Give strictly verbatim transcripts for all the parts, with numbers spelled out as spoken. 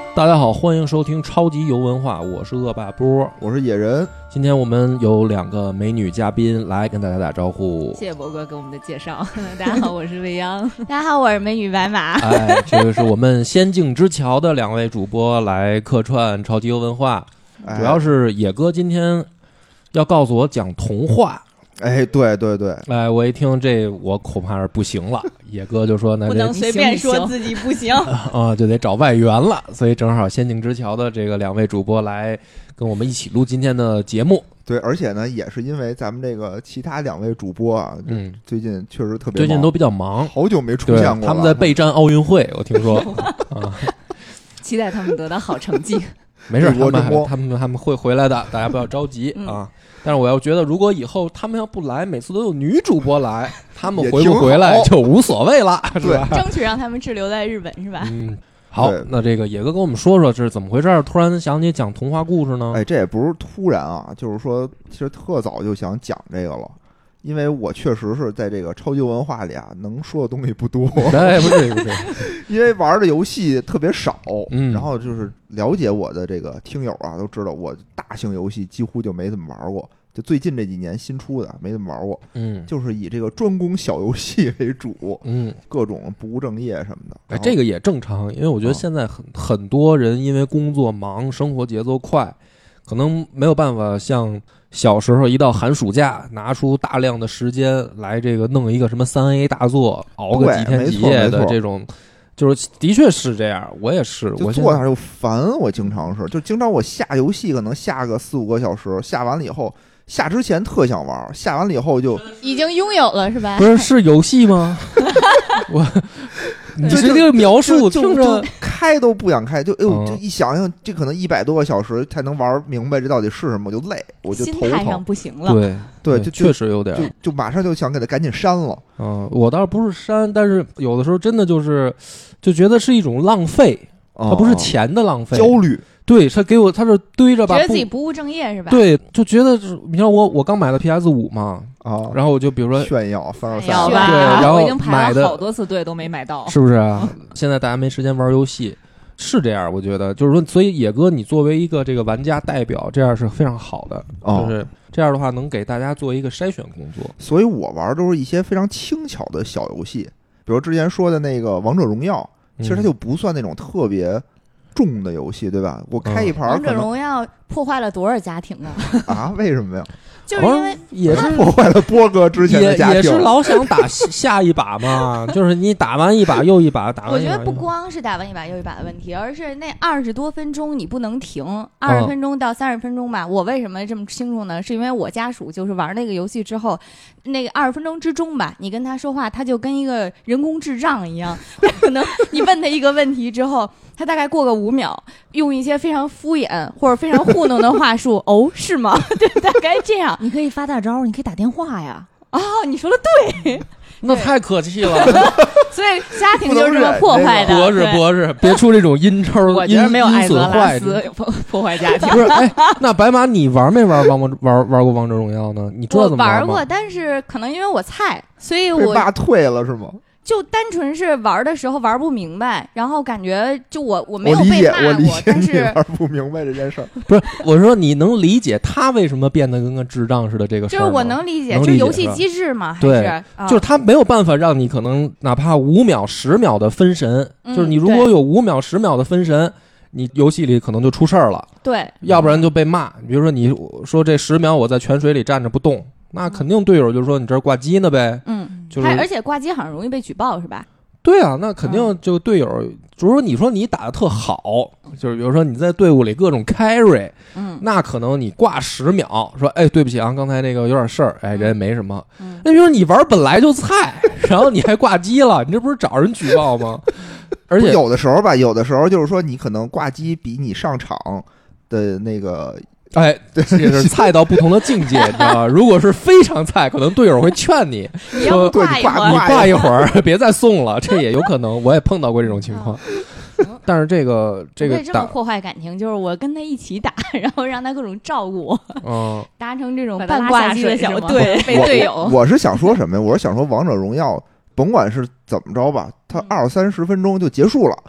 大家好，欢迎收听超级游文化，我是恶霸波， 我是野人。 今天我们有两个美女嘉宾来跟大家打招呼。 谢谢博哥给我们的介绍。大家好，我是未央。大家好，我是美女白马。 哎，这个是我们仙境之桥的两位主播来客串超级游文化， 哎、 主要是野哥今天要告诉我讲童话。 哎，对对对， 哎，我一听这，我恐怕是不行了。野哥就说：“那不能随便说自己不行啊，就得找外援了。”所以正好仙境之桥的这个两位主播来跟我们一起录今天的节目。 对，而且呢，也是因为咱们这个其他两位主播啊，嗯，最近确实特别忙， 最近都比较忙， 好久没出现过了。 他们在备战奥运会，我听说啊， 期待他们得到好成绩。 没事，他们他们他们会回来的，大家不要着急、嗯、啊。但是我要觉得，如果以后他们要不来，每次都有女主播来，他们回不回来就无所谓了，是吧？ 争取让他们滞留在日本，是吧？ 嗯，好，那这个野哥跟我们说说，这是怎么回事？突然想起讲童话故事呢？ 哎，这也不是突然啊，就是说，其实特早就想讲这个了。因为我确实是在这个超级文化里啊，能说的东西不多。 哎，不是不是， 因为玩的游戏特别少， 嗯， 然后就是了解我的这个听友啊，都知道我大型游戏几乎就没怎么玩过，就最近这几年新出的没怎么玩过， 嗯， 就是以这个专攻小游戏为主， 嗯， 各种不务正业什么的。 哎，这个也正常，因为我觉得现在很、啊、很多人因为工作忙，生活节奏快，可能没有办法像小时候一到寒暑假拿出大量的时间来这个弄一个什么三 A 大作，熬个几天几夜的这种，就是的确是这样，我也是， 就坐那就烦，我经常是，就经常我下游戏可能下个四五个小时，下完了以后，下之前特想玩，下完了以后就已经拥有了是吧？ 不是，是游戏吗？我。你这个描述听着开都不想开，就哎呦， 嗯、 就一想想，这可能一百多个小时才能玩明白这到底是什么，我就累，我就头疼。 心态上不行了。 对对，就确实有点， 就就马上就想给它赶紧删了。 嗯，我倒是不是删，但是有的时候真的就是就觉得是一种浪费，它不是钱的浪费， 焦虑。 对，他给我，他是堆着吧， 觉得自己不务正业是吧？ 对，就觉得你像我，我刚买的 P S 五嘛， 啊， 然后我就比如说炫耀凡尔赛， 对， 然后我已经排了好多次队都没买到， 是不是啊？现在大家没时间玩游戏，是这样，我觉得就是说，所以野哥，你作为一个这个玩家代表，这样是非常好的， 哦、 就是这样的话，能给大家做一个筛选工作。 所以我玩都是一些非常轻巧的小游戏，比如之前说的那个王者荣耀，其实它就不算那种特别重的游戏，对吧？我开一盘、嗯、 王者荣耀破坏了多少家庭啊？ 啊，为什么呀？ 就是因为也是破坏了波哥之前的家庭， 也是老想打下一把嘛，就是你打完一把又一把，打完一把。 我觉得不光是打完一把又一把的问题，而是那二十多分钟你不能停，二十分钟到三十分钟吧。嗯、我为什么这么清楚呢？是因为我家属就是玩那个游戏之后，那个二十分钟之中吧，你跟他说话，他就跟一个人工智障一样，可能你问他一个问题之后。他大概过个五秒，用一些非常敷衍或者非常糊弄的话术，哦，是吗？对，大概这样。 你可以发大招，你可以打电话呀。 哦，你说的对， 那太可气了。 所以家庭就是这么破坏的。 博士，博士，别出这种阴招， 我觉得没有艾泽拉斯破破坏家庭。 不是，哎，那白马，你玩没玩王玩玩过王者荣耀呢？你知道怎么玩吗？ 我玩过，但是可能因为我菜，所以我被骂退了是吗？ 就单纯是玩的时候玩不明白，然后感觉就我我没有被骂过， 我理解但是玩不明白这件事儿。 不是，我说你能理解他为什么变得跟个智障似的这个事儿？ 就是我能理解， 能理解就是游戏机制嘛，还对， 是、 啊、就是他没有办法让你可能哪怕五秒、十秒的分神， 嗯、 就是你如果有五秒、十秒的分神。你游戏里可能就出事儿了， 对， 要不然就被骂。比如说你说这十秒我在泉水里站着不动，那肯定队友就说你这儿挂机呢呗。 嗯， 就是而且挂机好像容易被举报是吧？ 对啊，那肯定就队友，就是说你说你打得特好，就是比如说你在队伍里各种 carry， 嗯， 那可能你挂十秒，说哎对不起啊，刚才那个有点事儿，哎人没什么。 嗯、 那比如说你玩本来就菜，然后你还挂机了，你这不是找人举报吗？而且有的时候吧，有的时候就是说你可能挂机比你上场的那个。 哎，这是菜到不同的境界，你知道吧？如果是非常菜，可能队友会劝你说：“ 对， 你挂你挂一会儿，别再送了。”这也有可能，我也碰到过这种情况。嗯、但是这个这个这么破坏感情，就是我跟他一起打，然后让他各种照顾我， 嗯， 达成这种半挂机的小队，被队友。 我, 我是想说什么呀？我是想说王者荣耀，甭管是怎么着吧，它二三十分钟就结束了。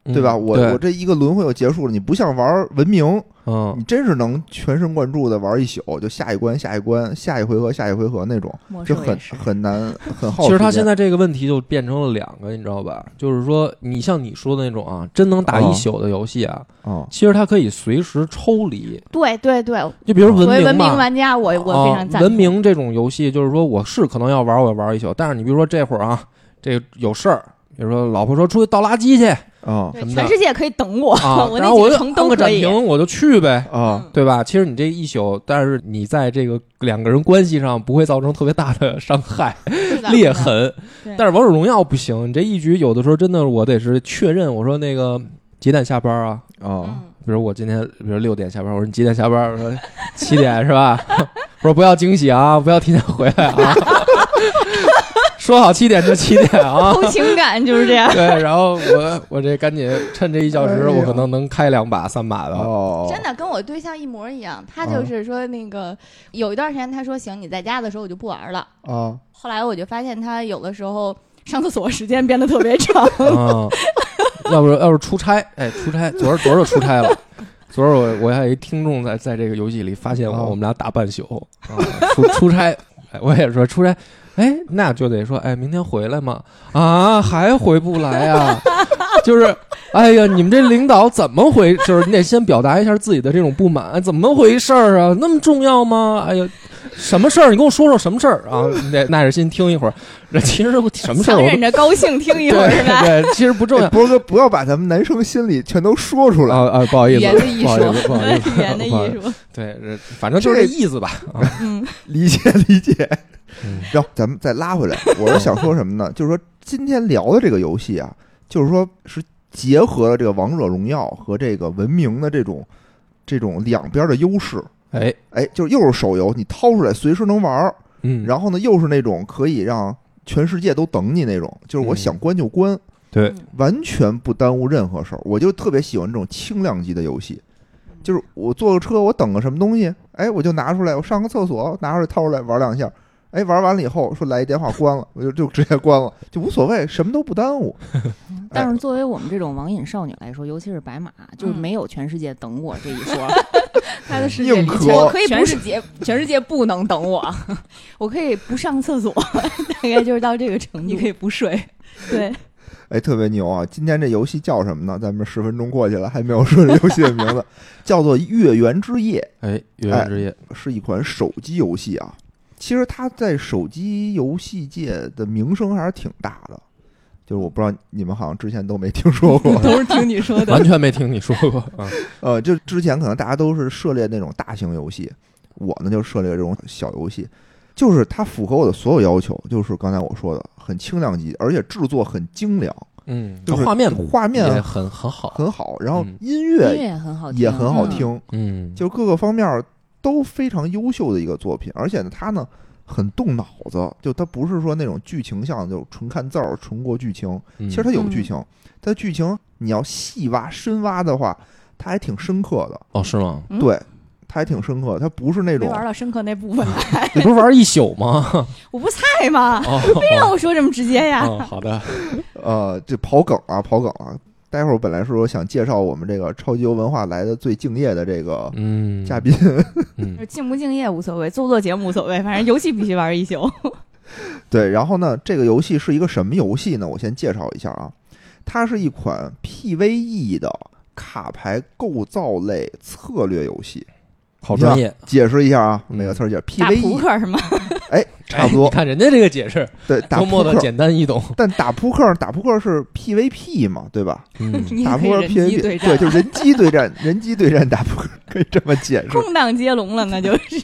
对吧？我对我这一个轮回就结束了，你不像玩文明， 嗯你真是能全神贯注的玩一宿，就下一关下一关，下一回合下一回合那种， 魔就很兽也是很难很耗时间。 其实他现在这个问题就变成了两个，你知道吧？就是说，你像你说的那种啊，真能打一宿的游戏啊， 哦其实它可以随时抽离。 对对对， 就比如文作为文明明嘛， 玩家，我我非常赞啊。 同。 文明这种游戏，就是说我是可能要玩，我玩一宿，但是你比如说这会儿啊，这个有事儿，比如说老婆说出去倒垃圾去啊对什么的全世界可以等我， 啊， 我然后我就那几个城按个暂都可以。 停，我就去呗。 啊对吧？其实你这一宿，但是你在这个两个人关系上不会造成特别大的伤害、 是的裂痕。 对但是王者荣耀不行，你这一局有的时候真的我得是确认，我说那个几点下班啊？ 啊嗯比如我今天比如六点下班，我说你几点下班？我说七点是吧？我说不要惊喜啊，不要提前回来啊。说好七点就七点啊。 偷情感就是这样。 对，然后我我这赶紧趁这一小时， 哎呀我可能能开两把三把的。 哦， 真的跟我对象一模一样，他就是说那个有一段时间他说行，你在家的时候我就不玩了。 啊后来我就发现他有的时候上厕所时间变得特别长。 啊，要不要是出差，哎，出差，昨儿昨儿就出差了。昨儿我我还有一听众在在这个游戏里发现我， 哦我们俩打半宿啊，出出差，哎，我也说出差，哎，那就得说，哎，明天回来嘛，啊，还回不来啊，就是，哎呀，你们这领导怎么回？就是你得先表达一下自己的这种不满，哎怎么回事儿啊？那么重要吗？哎呀。什么事儿？你跟我说说什么事儿啊？你得耐着心听一会儿。其实什么事儿我强忍着高兴听一会儿是吧？ 对对，其实不重要哎。波哥不要把咱们男生心里全都说出来啊啊，不好意思， 语言的艺术不好意思，不好意思， 语言的不好意思艺术。 对，这反正就是这意思吧。啊嗯， 理解理解。 嗯然后咱们再拉回来，我是想说什么呢？就是说今天聊的这个游戏啊，就是说是结合了这个王者荣耀和这个文明的这种这种两边的优势。 哎， 哎，就又是手游，你掏出来随时能玩儿， 嗯， 然后呢又是那种可以让全世界都等你那种，就是我想关就关， 对， 完全不耽误任何事儿。我就特别喜欢这种轻量级的游戏，就是我坐个车，我等个什么东西，哎，我就拿出来，我上个厕所，拿出来掏出来玩两下，哎，玩完了以后说来一电话关了，我就就直接关了，就无所谓，什么都不耽误。 但是作为我们这种网瘾少女来说，尤其是白马，就是没有全世界等我这一说。他的世界里硬壳全我可以不全世界全世界不能等我， 我可以不上厕所，大概就是到这个程度。 你可以不睡。 对， 哎，特别牛啊！今天这游戏叫什么呢？咱们十分钟过去了，还没有说这游戏的名字，叫做《月圆之夜哎，月圆之夜》， 是一款手机游戏啊。其实它在手机游戏界的名声还是挺大的，就是我不知道你们好像之前都没听说过， 都是听你说的。 完全没听你说过啊。 呃，就之前可能大家都是涉猎那种大型游戏，我呢就涉猎这种小游戏，就是它符合我的所有要求，就是刚才我说的很轻量级，而且制作很精良， 嗯， 就是画面画面也很很好， 很好，然后嗯音音乐乐很好听， 也很好嗯。 听， 嗯， 就各个方面都非常优秀的一个作品，而且呢，它呢很动脑子，就它不是说那种剧情向，就纯看字儿、纯过剧情。 嗯其实它有剧情，它的剧情你要细挖、深挖的话，它还挺深刻的。 哦，是吗？ 嗯对，它还挺深刻的，它不是那没种玩到深刻那部分来， 你不是玩一宿吗？ 我不菜吗？ 哦， 非让我说这么直接呀？ 哦，好的， 呃，这跑梗啊，跑梗啊。待会儿本来是我想介绍我们这个超级游文化来的最敬业的这个嗯， 嘉宾， 嗯就是敬不敬业无所谓，做不做节目无所谓，反正游戏必须玩一宿。 对，然后呢，这个游戏是一个什么游戏呢？我先介绍一下啊，它是一款 P V E 的卡牌构造类策略游戏。 好专业， 解释一下啊， 嗯每个词儿解释打扑 P V E， 克是吗？ 哎，差不多哎你，看人家这个解释对，打多么的扑克， 简单易懂。 但打扑克，打扑克是 P V P 嘛，对吧？ 嗯， 你也可以打扑克人 P V 机 P， 对对， 战， 就人机对战，人机对战打扑克，可以这么解释。 空档接龙了，那就是。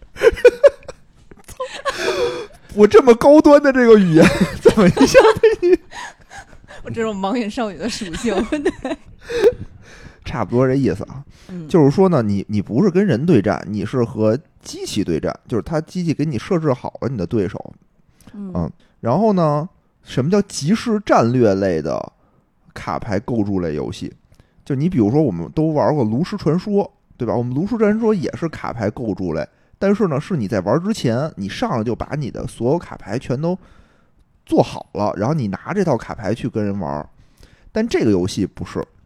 我这么高端的这个语言，怎么一下？ 我这种网瘾少女的属性。 差不多这意思啊。 嗯就是说呢，你你不是跟人对战，你是和机器对战，就是它机器给你设置好了你的对手。 嗯嗯然后呢，什么叫即时战略类的卡牌构筑类游戏？就你比如说，我们都玩过炉石传说，对吧？我们炉石传说也是卡牌构筑类，但是呢，是你在玩之前，你上来就把你的所有卡牌全都做好了，然后你拿这套卡牌去跟人玩。但这个游戏不是，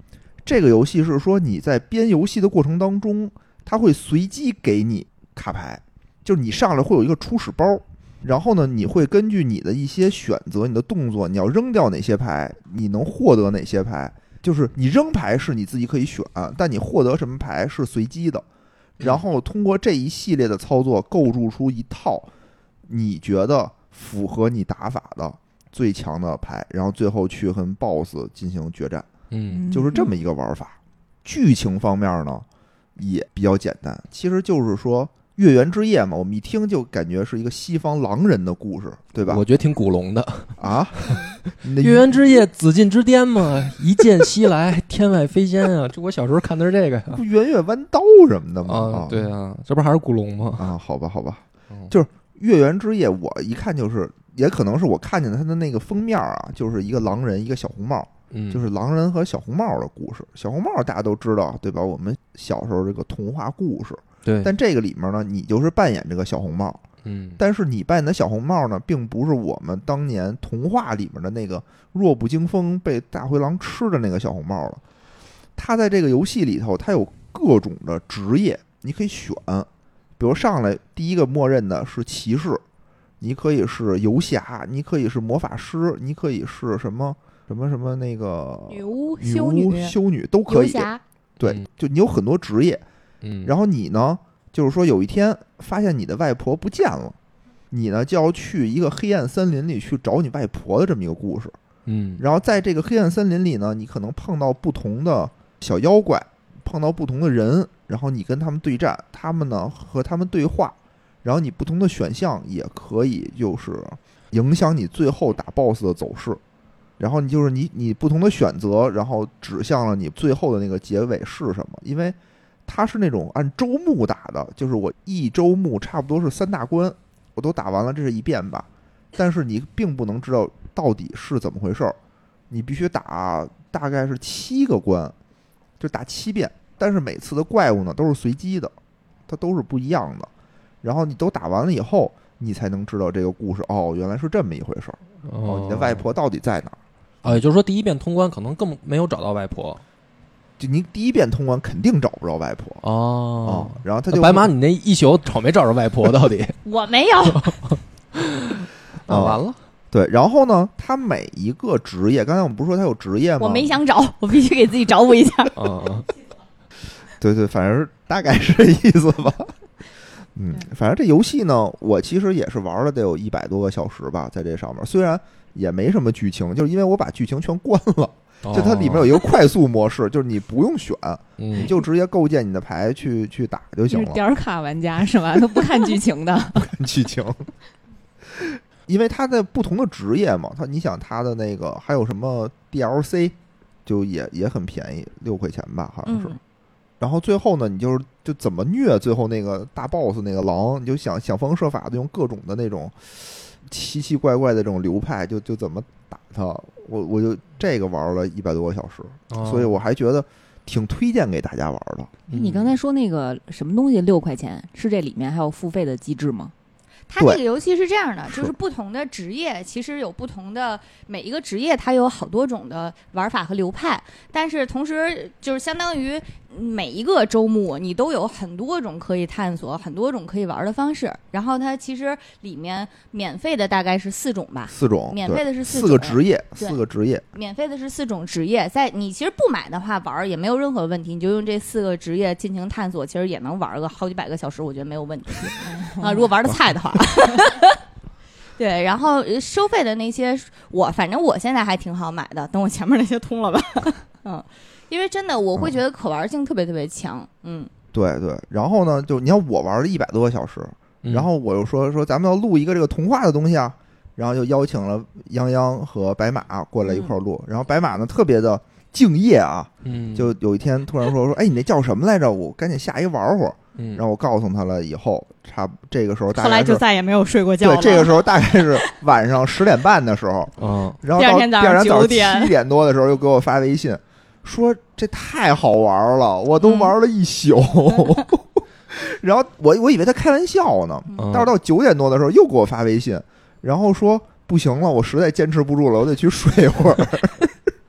这个游戏是说你在编游戏的过程当中，它会随机给你卡牌，就是你上来会有一个初始包，然后呢，你会根据你的一些选择、你的动作，你要扔掉哪些牌，你能获得哪些牌。就是你扔牌是你自己可以选，但你获得什么牌是随机的。然后通过这一系列的操作，构筑出一套你觉得符合你打法的最强的牌，然后最后去跟 B O S S 进行决战。 嗯， 就是这么一个玩法。剧情方面呢，也比较简单，其实就是说月圆之夜嘛，我们一听就感觉是一个西方狼人的故事，对吧？ 我觉得挺古龙的啊， 月圆之夜，紫禁之巅嘛，一剑西来，天外飞仙啊！这我小时候看的是这个呀， 不圆月弯刀什么的吗？ 啊，对啊，这不还是古龙吗？ 啊，好吧，好吧， 嗯、 就是月圆之夜，我一看就是，也可能是我看见他的那个封面啊，就是一个狼人，一个小红帽。 嗯， 就是狼人和小红帽的故事。小红帽大家都知道，对吧？我们小时候这个童话故事。 对。 但这个里面呢，你就是扮演这个小红帽。 嗯。 但是你扮演的小红帽呢，并不是我们当年童话里面的那个弱不禁风被大灰狼吃的那个小红帽了。他在这个游戏里头，他有各种的职业，你可以选。比如上来第一个默认的是骑士，你可以是游侠，你可以是魔法师，你可以是什么？什么什么那个女巫、 修女、修女都可以，对， 嗯、 就你有很多职业， 嗯， 然后你呢，就是说有一天发现你的外婆不见了，你呢就要去一个黑暗森林里去找你外婆的这么一个故事， 嗯， 然后在这个黑暗森林里呢，你可能碰到不同的小妖怪，碰到不同的人，然后你跟他们对战，他们呢和他们对话，然后你不同的选项也可以就是影响你最后打 B O S S 的走势。然后你就是你你不同的选择，然后指向了你最后的那个结尾是什么？因为它是那种按周目打的，就是我一周目差不多是三大关，我都打完了，这是一遍吧。但是你并不能知道到底是怎么回事儿，你必须打大概是七个关，就打七遍。但是每次的怪物呢都是随机的，它都是不一样的。然后你都打完了以后，你才能知道这个故事哦，原来是这么一回事儿。哦，你的外婆到底在哪儿？ 啊，也就是说，第一遍通关可能更没有找到外婆， 就您第一遍通关肯定找不着外婆哦。 哦然后他就白马，你那一宿找没找着外婆？到底我没有。 啊，完了。 对，然后呢，他每一个职业，刚才我们不是说他有职业吗？ 我没想找，我必须给自己找补一下。 啊， 对对，反正大概是这意思吧。嗯，反正这游戏呢，我其实也是玩了得有一百多个小时吧，在这上面，虽然也没什么剧情，就是因为我把剧情全关了， 哦、 就它里面有一个快速模式，就是你不用选， 嗯、 你就直接构建你的牌去去打就行了。 是点卡玩家是吧？都不看剧情的， 不看剧情。因为它的不同的职业嘛，它你想它的那个还有什么 D L C， 就也也很便宜，六块钱吧，好像是。嗯、然后最后呢，你就是就怎么虐最后那个大 boss 那个狼，你就想想方设法的用各种的那种奇奇怪怪的这种流派，就就怎么打它。我我就这个玩了一百多个小时，哦、所以我还觉得挺推荐给大家玩的。 嗯、你刚才说那个什么东西六块钱，是这里面还有付费的机制吗？ 它这个游戏是这样的，就是不同的职业其实有不同的，每一个职业它有好多种的玩法和流派，但是同时就是相当于每一个周目你都有很多种可以探索，很多种可以玩的方式。然后它其实里面免费的大概是四种吧， 四种， 免费的是四种四个职业，四个职业， 免费的是四种职业，在你其实不买的话玩也没有任何问题，你就用这四个职业进行探索，其实也能玩个好几百个小时，我觉得没有问题啊。如果玩的菜的话。对，然后收费的那些，我反正我现在还挺好买的，等我前面那些通了吧。嗯，因为真的我会觉得可玩性特别特别强。嗯， 对对。然后呢，就你看我玩了一百多个小时，嗯、然后我又说说咱们要录一个这个童话的东西啊，然后就邀请了泱泱和白马过来一块儿录，嗯、然后白马呢特别的敬业啊， 嗯， 就有一天突然说说，哎，你那叫什么来着？我赶紧下一玩会儿。 嗯， 然后我告诉他了以后，差这个时候大概后来就再也没有睡过觉了。 对，这个时候大概是晚上十点半的时候， 嗯， 然后到第二天早上九点七点多的时候又给我发微信，说这太好玩了，我都玩了一宿。嗯、然后我我以为他开玩笑呢， 嗯、 但是到九点多的时候又给我发微信，然后说不行了，我实在坚持不住了，我得去睡会儿。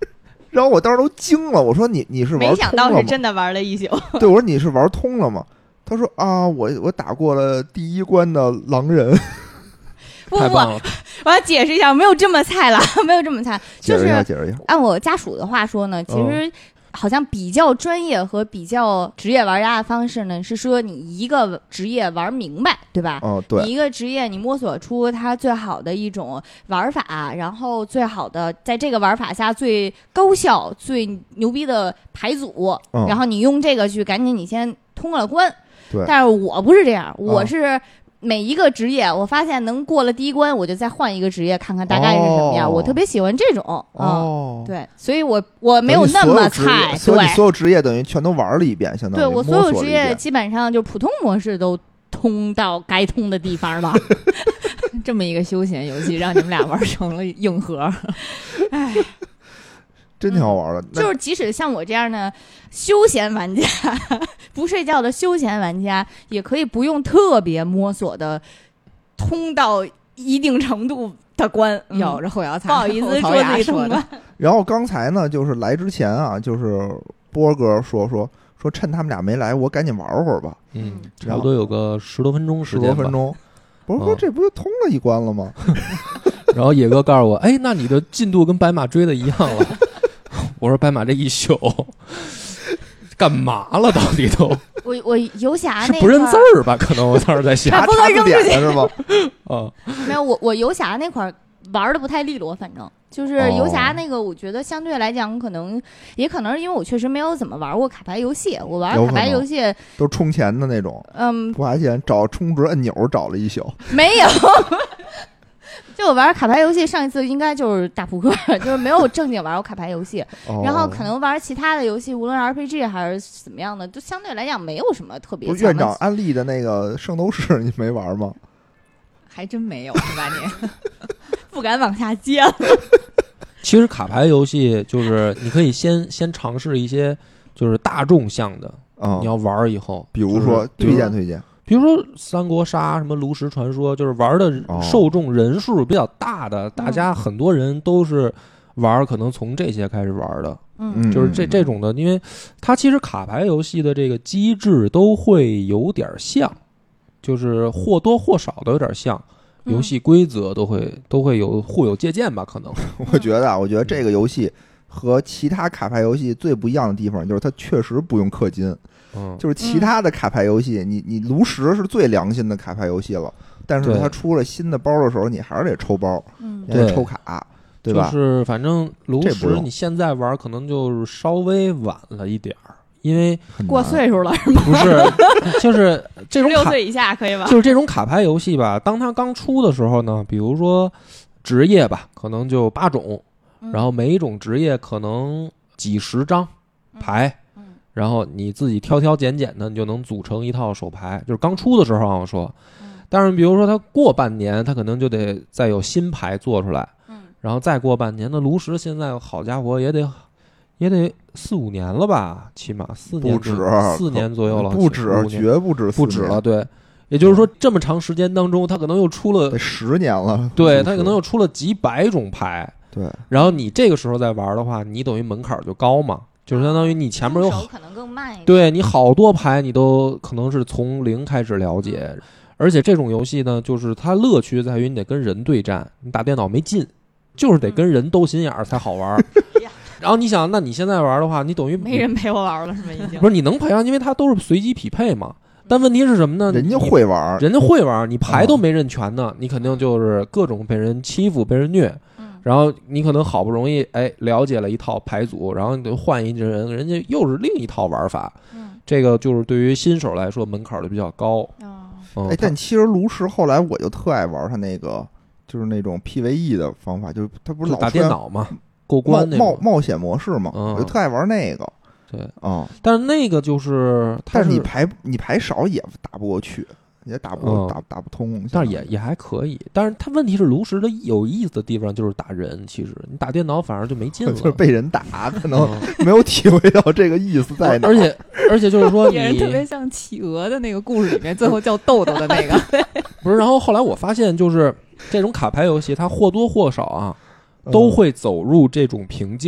然后我当时都惊了，我说你你是玩没想到通了吗？ 是真的玩了一宿。 对，我说你是玩通了吗？他说啊，我我打过了第一关的狼人。 不不， 太棒了！ 我要解释一下，没有这么菜了，没有这么菜，就解释一下， 是解释一下。 按我家属的话说呢，其实好像比较专业和比较职业玩家的方式呢，是说你一个职业玩明白，对吧？ 哦，对， 你一个职业你摸索出它最好的一种玩法，然后最好的在这个玩法下最高效、最牛逼的牌组， 嗯然后你用这个去赶紧你先通了关。 对但是我不是这样，我是。每一个职业，我发现能过了第一关，我就再换一个职业看看大概是什么样。 哦、 我特别喜欢这种， 哦、 嗯，对，所以我我没有那么菜， 所以对， 你所有职业等于全都玩了一遍，相当于对我所有职业摸索了一遍基本上就普通模式都通到该通的地方了。 这么一个休闲游戏，让你们俩玩成了硬核， 哎。 真挺好玩的、 嗯，就是即使像我这样的休闲玩家，不睡觉的休闲玩家，也可以不用特别摸索的通到一定程度的关。 咬着后摇不好意思说自己通关。 然后刚才呢，就是来之前啊，就是波哥说说说趁他们俩没来，我赶紧玩会儿吧。 嗯，差不多有个十多分钟时间吧。 十多分钟。波哥说这不就通了一关了吗？ 然后野哥告诉我，哎，那你的进度跟白马追的一样了。我说白马这一宿干嘛了？到底都我我游侠那是不认字儿吧？可能我当时在想， 查查字典的是吗？ 啊， 没有，我我游侠那块玩的不太利落，反正就是游侠那个，我觉得相对来讲，可能也可能是因为我确实没有怎么玩过卡牌游戏，我玩卡牌游戏都充钱的那种， 嗯， 不花钱找充值按钮找了一宿， 没有。就我玩卡牌游戏，上一次应该就是大扑克，就是没有正经玩过卡牌游戏。 哦、 然后可能玩其他的游戏，无论是 R P G 还是怎么样的，就相对来讲没有什么特别强的。 不是院长安利的那个圣斗士，你没玩吗？ 还真没有，是吧你？ 不敢往下接了。 其实卡牌游戏就是你可以先先尝试一些就是大众向的， 哦、 你要玩以后， 比如说、就是、推荐推荐。 比如说三国杀什么炉石传说，就是玩的受众人数比较大的、哦、大家很多人都是玩可能从这些开始玩的， 嗯， 就是这这种的，因为它其实卡牌游戏的这个机制都会有点像，就是或多或少的有点像，游戏规则都会都会有互有借鉴吧，可能。 我觉得啊，我觉得这个游戏和其他卡牌游戏最不一样的地方就是它确实不用氪金。 嗯， 就是其他的卡牌游戏，你你炉石是最良心的卡牌游戏了，但是它出了新的包的时候，你还是得抽包， 嗯， 得抽卡，对吧？ 就是反正炉石你现在玩可能就是稍微晚了一点儿，因为过岁数了是吗？ 不是，就是这种六岁以下可以吧？ 就是这种卡牌游戏吧，当它刚出的时候呢，比如说职业吧，可能就八种， 嗯、 然后每一种职业可能几十张牌。嗯然后你自己挑挑拣拣的，你就能组成一套手牌。就是刚出的时候啊，我说，但是比如说它过半年，它可能就得再有新牌做出来， 嗯， 然后再过半年，那炉石现在好家伙也得也得四五年了吧，起码四年不止四年左右了， 不止，绝不止， 不止了。对，也就是说这么长时间当中，它可能又出了十年了， 对，它可能又出了几百种牌。 对， 然后你这个时候再玩的话，你等于门槛就高嘛。就是相当于你前面有手可能更慢一点， 对你好多牌你都可能是从零开始了解，而且这种游戏呢，就是它乐趣在于你得跟人对战，你打电脑没劲，就是得跟人斗心眼儿才好玩。然后你想，那你现在玩的话，你等于没人陪我玩了是吗？已经不是你能陪啊，因为它都是随机匹配嘛。但问题是什么呢？ 人家会玩， 人家会玩，你牌都没认全呢，你肯定就是各种被人欺负、被人虐。然后你可能好不容易哎了解了一套牌组，然后你就换一人，人家又是另一套玩法。 嗯， 这个就是对于新手来说门槛就比较高。 哦， 嗯、 哎，但其实炉石后来我就特爱玩他那个，就是那种 P V E 的方法，就是他不是老打电脑嘛，过关那冒冒险模式嘛， 嗯、 我就特爱玩那个。 对啊、嗯， 但是那个就是， 但是你牌你牌少也打不过去。也打不、嗯、打打不通， 但是也也还可以。但是它问题是炉石的有意思的地方就是打人，其实你打电脑反而就没劲了， 就是被人打，可能没有体会到这个意思在哪。 而且而且就是说你， 也是特别像企鹅的那个故事里面最后叫豆豆的那个， 不是。然后后来我发现，就是这种卡牌游戏，它或多或少啊都会走入这种瓶颈。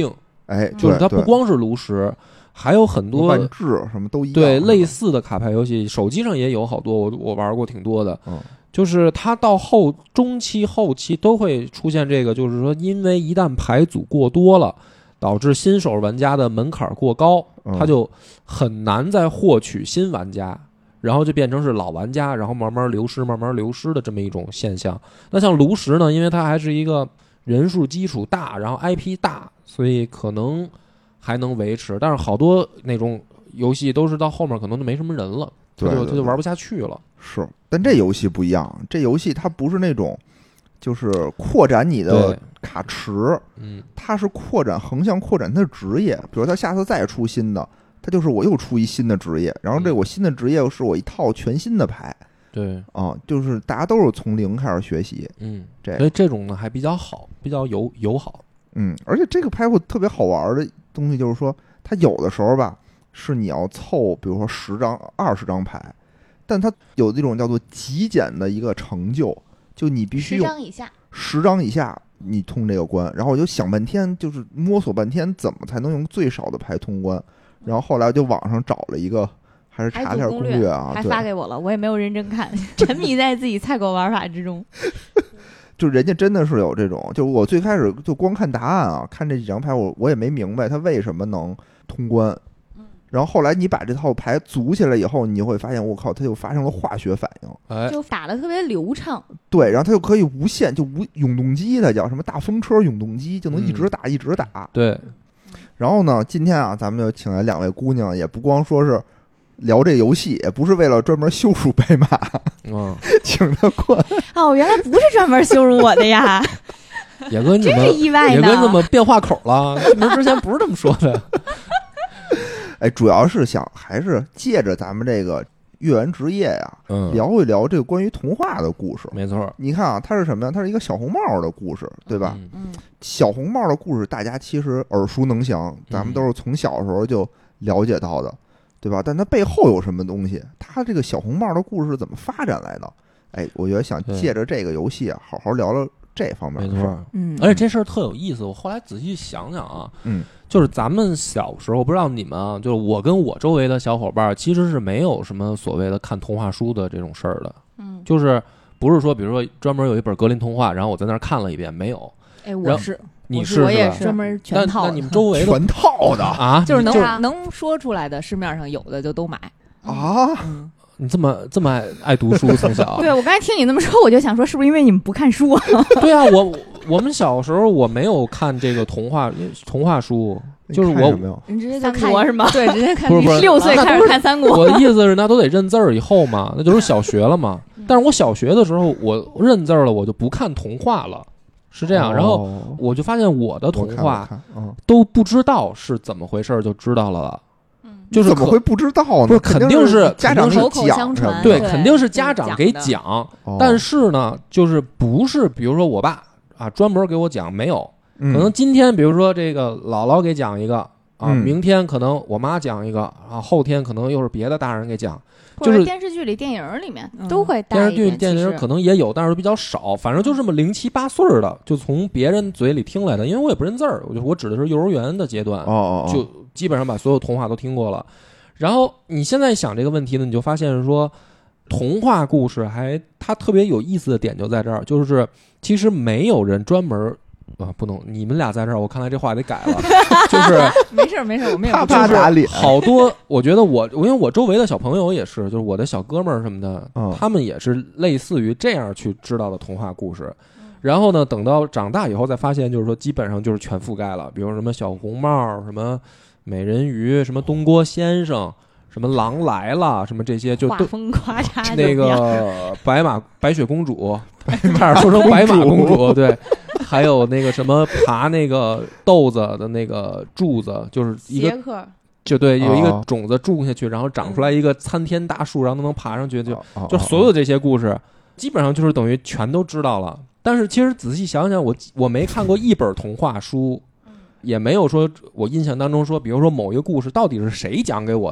哎， 就是它对不光是炉石，还有很多万智什么都一样， 对类似的卡牌游戏，手机上也有好多，我我玩过挺多的。 嗯， 就是它到后中期、后期都会出现这个，就是说，因为一旦牌组过多了，导致新手玩家的门槛过高， 嗯他就很难再获取新玩家。然后就变成是老玩家，然后慢慢流失、慢慢流失的这么一种现象。那像炉石呢，因为它还是一个人数基础大，然后 I P 大，所以可能还能维持。但是好多那种游戏都是到后面可能就没什么人了，它就它就玩不下去了。 是，但这游戏不一样，这游戏它不是那种就是扩展你的卡池， 嗯， 它是扩展横向扩展它的职业，比如它下次再出新的。它就是我又出一新的职业，然后这我新的职业是我一套全新的牌， 对啊，就是大家都是从零开始学习， 嗯， 这所以这种呢还比较好，比较友友好， 嗯，而且这个牌库特别好玩的东西就是说，它有的时候吧是你要凑，比如说十张、二十张牌，但它有这种叫做极简的一个成就，就你必须十用张以下， 十张以下你通这个关，然后我就想半天，就是摸索半天怎么才能用最少的牌通关。然后后来就网上找了一个，还是查点攻略啊， 还发给我了，我也没有认真看，沉迷在自己菜狗玩法之中。 就人家真的是有这种，就我最开始就光看答案啊，看这几张牌，我我也没明白他为什么能通关。然后后来你把这套牌组起来以后，你会发现，我靠，它就发生了化学反应， 哎， 就打得特别流畅。 对，然后它就可以无限，就无永动机，它叫什么大风车永动机，就能一直打、嗯、一直打。 对。 然后呢，今天啊，咱们就请来两位姑娘，也不光说是聊这游戏，也不是为了专门羞辱白马， 嗯， 请她过来。 哦，原来不是专门羞辱我的呀， 野哥你怎么真是意外呢？ 野哥你怎么变化口了？进门之前不是这么说的。 哎，主要是想还是借着咱们这个月圆之夜呀、啊，嗯，聊一聊这个关于童话的故事。 没错， 你看啊，它是什么呀？它是一个小红帽的故事，对吧？ 嗯， 小红帽的故事大家其实耳熟能详，咱们都是从小时候就了解到的，对吧？但它背后有什么东西？它这个小红帽的故事是怎么发展来的？哎，我觉得想借着这个游戏啊，好好聊聊这方面的事儿。 嗯，而且这事儿特有意思。我后来仔细想想啊， 嗯， 就是咱们小时候，不知道你们啊，就是我跟我周围的小伙伴，其实是没有什么所谓的看童话书的这种事儿的。 嗯， 就是不是说，比如说专门有一本格林童话，然后我在那儿看了一遍，没有。 哎，我是。 你是我也是专门全套的。 那你们周围的全套的啊， 就是能、 就是、 能说出来的，市面上有的就都买啊。 嗯， 你这么这么爱爱读书，从小对我刚才听你那么说，我就想说，是不是因为你们不看书啊？ 对啊，我我们小时候我没有看这个童话童话书，就是我你直接就看国是吗？ 对，直接看。 不是不是， 六岁开始看三国。 我的意思是，那都得认字儿以后嘛，那就是小学了嘛。但是我小学的时候，我认字儿了，我就不看童话了。是这样， 哦、 然后我就发现我的童话嗯、 都不知道是怎么回事就知道了， 嗯， 就是怎么会不知道呢？ 不是，肯定是家长口口相传， 对，肯定是家长给讲。 哦、 但是呢，就是不是，比如说我爸啊，专门给我讲，没有， 嗯、 可能今天比如说这个姥姥给讲一个啊， 嗯、 明天可能我妈讲一个啊，后天可能又是别的大人给讲。 就是电视剧里、电影里面都会带一点， 电视剧、电影可能也有，但是比较少。反正就这么零七八岁的，就从别人嘴里听来的。因为我也不认字儿，我就我指的是幼儿园的阶段， 哦哦， 就基本上把所有童话都听过了。然后你现在想这个问题呢，你就发现说，童话故事还它特别有意思的点就在这儿，就是其实没有人专门。啊，不能！你们俩在这儿，我看来这话得改了。就是没事没事，我们也不怕打脸。 好多，我觉得我，因为我周围的小朋友也是，就是我的小哥们儿什么的， 嗯、 他们也是类似于这样去知道的童话故事。然后呢，等到长大以后才发现，就是说基本上就是全覆盖了，比如什么小红帽、什么美人鱼、什么东郭先生。什么狼来了，什么这些就都风夸嚓那个白马白雪公主，差点说成白马公主，对，还有那个什么爬那个豆子的那个柱子，就是一个就对，有一个种子种下去，然后长出来一个参天大树，然后能爬上去，就就所有这些故事，基本上就是等于全都知道了。但是其实仔细想想，我我没看过一本童话书，也没有说我印象当中说，比如说某一个故事到底是谁讲给我的。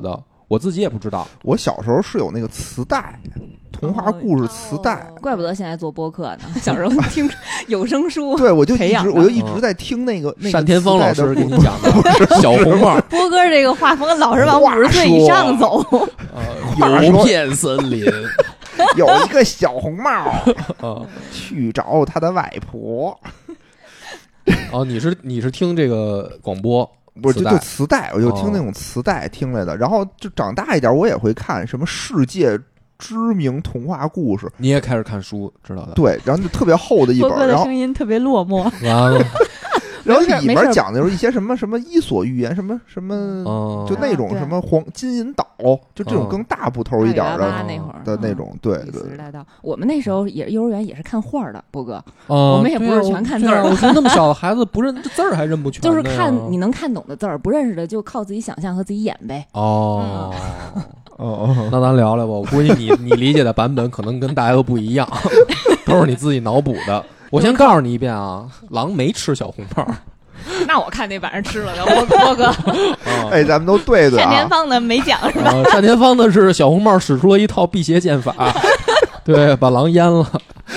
我自己也不知道。 我小时候是有那个磁带，童话故事磁带， 哦怪不得现在做播客呢。小时候听有声书， 对，我就一培养的直我就一直在听那个那个单田芳老师给你讲的小红帽， 波哥这个画风老是往五十岁以上走。 呃，游遍森林， 有一个小红帽啊， 去找他的外婆。 哦，你是你是听这个广播？ 不是，就磁带就磁带，我就听那种磁带听来的。然后就长大一点，我也会看什么世界知名童话故事。 你也开始看书，知道的？ 对，然后就特别厚的一本， 波哥的然后声音特别落寞。 完了， 然后没事里面讲的就是一些什么什么伊索寓言，什么什么， 嗯， 就那种啊对什么黄金银岛，就这种更大部头一点阿里巴巴的那会儿的那种。对第对四代到我们那时候也幼儿园也是看画的，波哥， 我我们也不是全看字儿我说那么小的孩子不认这字儿还认不全呢呀， 就是看你能看懂的字儿，不认识的就靠自己想象和自己演呗。 哦。 哦哦， 那咱聊聊吧，我估计你你理解的版本可能跟大家都不一样，都是你自己脑补的。我先告诉你一遍啊，狼没吃小红帽。 那我看那晚上吃了的，波波哥。 哎，咱们都对对啊。 单田芳的没讲是吧？ 啊，单田芳的是小红帽使出了一套辟邪剑法，对，把狼阉了。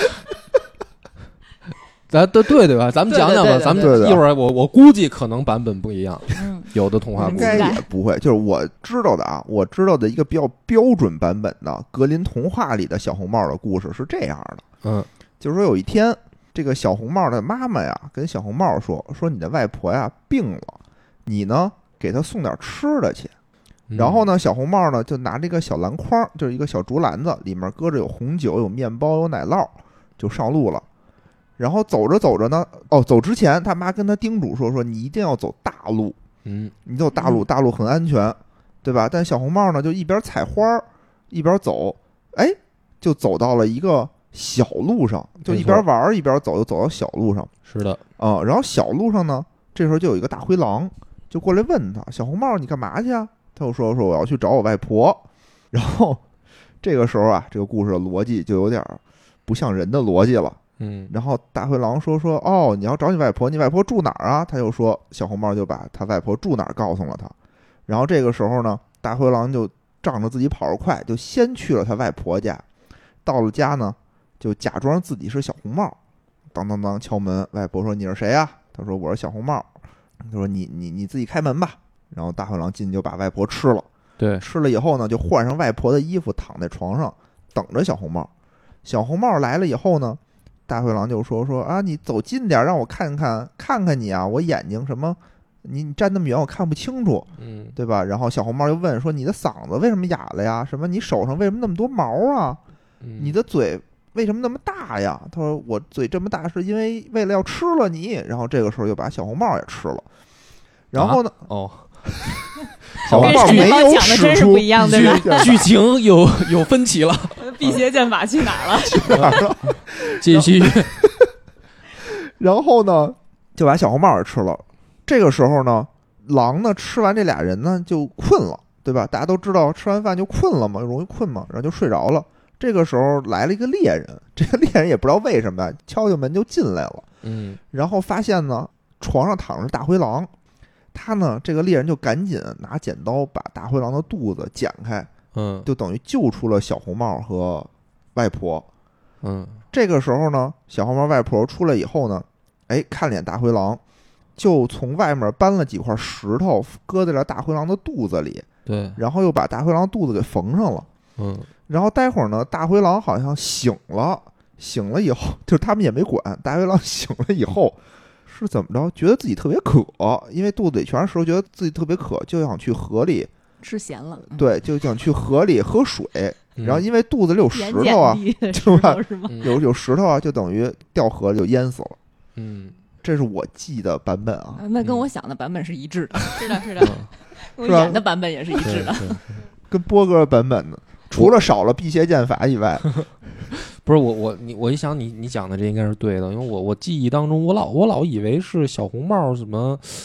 咱对对对吧？咱们讲讲吧， 对对对咱们对对一会儿我我估计可能版本不一样， 嗯， 有的童话故事应该也不会，就是我知道的啊，我知道的一个比较标准版本的格林童话里的小红帽的故事是这样的， 嗯就是说有一天，这个小红帽的妈妈呀跟小红帽说，说你的外婆呀病了，你呢给她送点吃的去。 嗯然后呢，小红帽呢就拿这个小篮筐，就是一个小竹篮子，里面搁着有红酒、有面包、有奶酪，就上路了。然后走着走着呢，哦，走之前他妈跟他叮嘱说，说你一定要走大路， 嗯你走大路，大路很安全，对吧？但小红帽呢就一边采花一边走，哎，就走到了一个小路上，就一边玩一边走，就走到小路上。 是的， 啊、然后小路上呢，这时候就有一个大灰狼就过来问他，小红帽你干嘛去啊？他就说说我要去找我外婆。然后这个时候啊，这个故事的逻辑就有点不像人的逻辑了。 嗯然后大灰狼说说哦，你要找你外婆，你外婆住哪儿啊？他就说小红帽就把他外婆住哪儿告诉了他。然后这个时候呢，大灰狼就仗着自己跑得快，就先去了他外婆家。到了家呢，就假装自己是小红帽，当当当敲门。外婆说你是谁呀？他说我是小红帽。他说你你你自己开门吧。然后大灰狼进去就把外婆吃了。 对， 吃了以后呢，就换上外婆的衣服，躺在床上等着小红帽。小红帽来了以后呢，大灰狼就说说啊，你走近点，让我看看看看你啊，我眼睛什么，你你站那么远，我看不清楚， 嗯对吧？然后小红帽又问说，你的嗓子为什么哑了呀？什么你手上为什么那么多毛啊？ 嗯你的嘴为什么那么大呀？他说我嘴这么大是因为为了要吃了你。然后这个时候又把小红帽也吃了。然后呢， 哦， 小红帽没有跟讲的使真是出不一样，对吧？ 剧情有有分歧了， 辟邪剑法去哪儿了？ 继续。 然后呢，就把小红帽也吃了。这个时候呢，狼呢吃完这俩人呢就困了，对吧？大家都知道吃完饭就困了嘛，容易困嘛，然后就睡着了。这个时候来了一个猎人，这个猎人也不知道为什么敲敲门就进来了， 嗯然后发现呢床上躺着大灰狼，他呢这个猎人就赶紧拿剪刀把大灰狼的肚子剪开， 嗯就等于救出了小红帽和外婆。 嗯这个时候呢，小红帽外婆出来以后呢，哎，看脸大灰狼，就从外面搬了几块石头，搁在了大灰狼的肚子里， 对， 然后又把大灰狼肚子给缝上了。 嗯然后待会儿呢，大灰狼好像醒了，醒了以后，就是他们也没管，大灰狼醒了以后是怎么着？觉得自己特别渴，因为肚子里全是石头，觉得自己特别渴，就想去河里， 吃咸了， 对，就想去河里喝水。 嗯然后因为肚子里有石盐头啊， 碱地是吧是吗？ 嗯有有石头啊，就等于掉河里就淹死了。 嗯这是我记的版本啊。 那跟我想的版本是一致的， 是的，是的。 嗯我是吧演的版本也是一致的。 对对跟波哥版本的，除了少了辟邪剑法以外， 不是我我你我一想你你讲的这应该是对的，因为我我记忆当中我老我老以为是小红帽怎么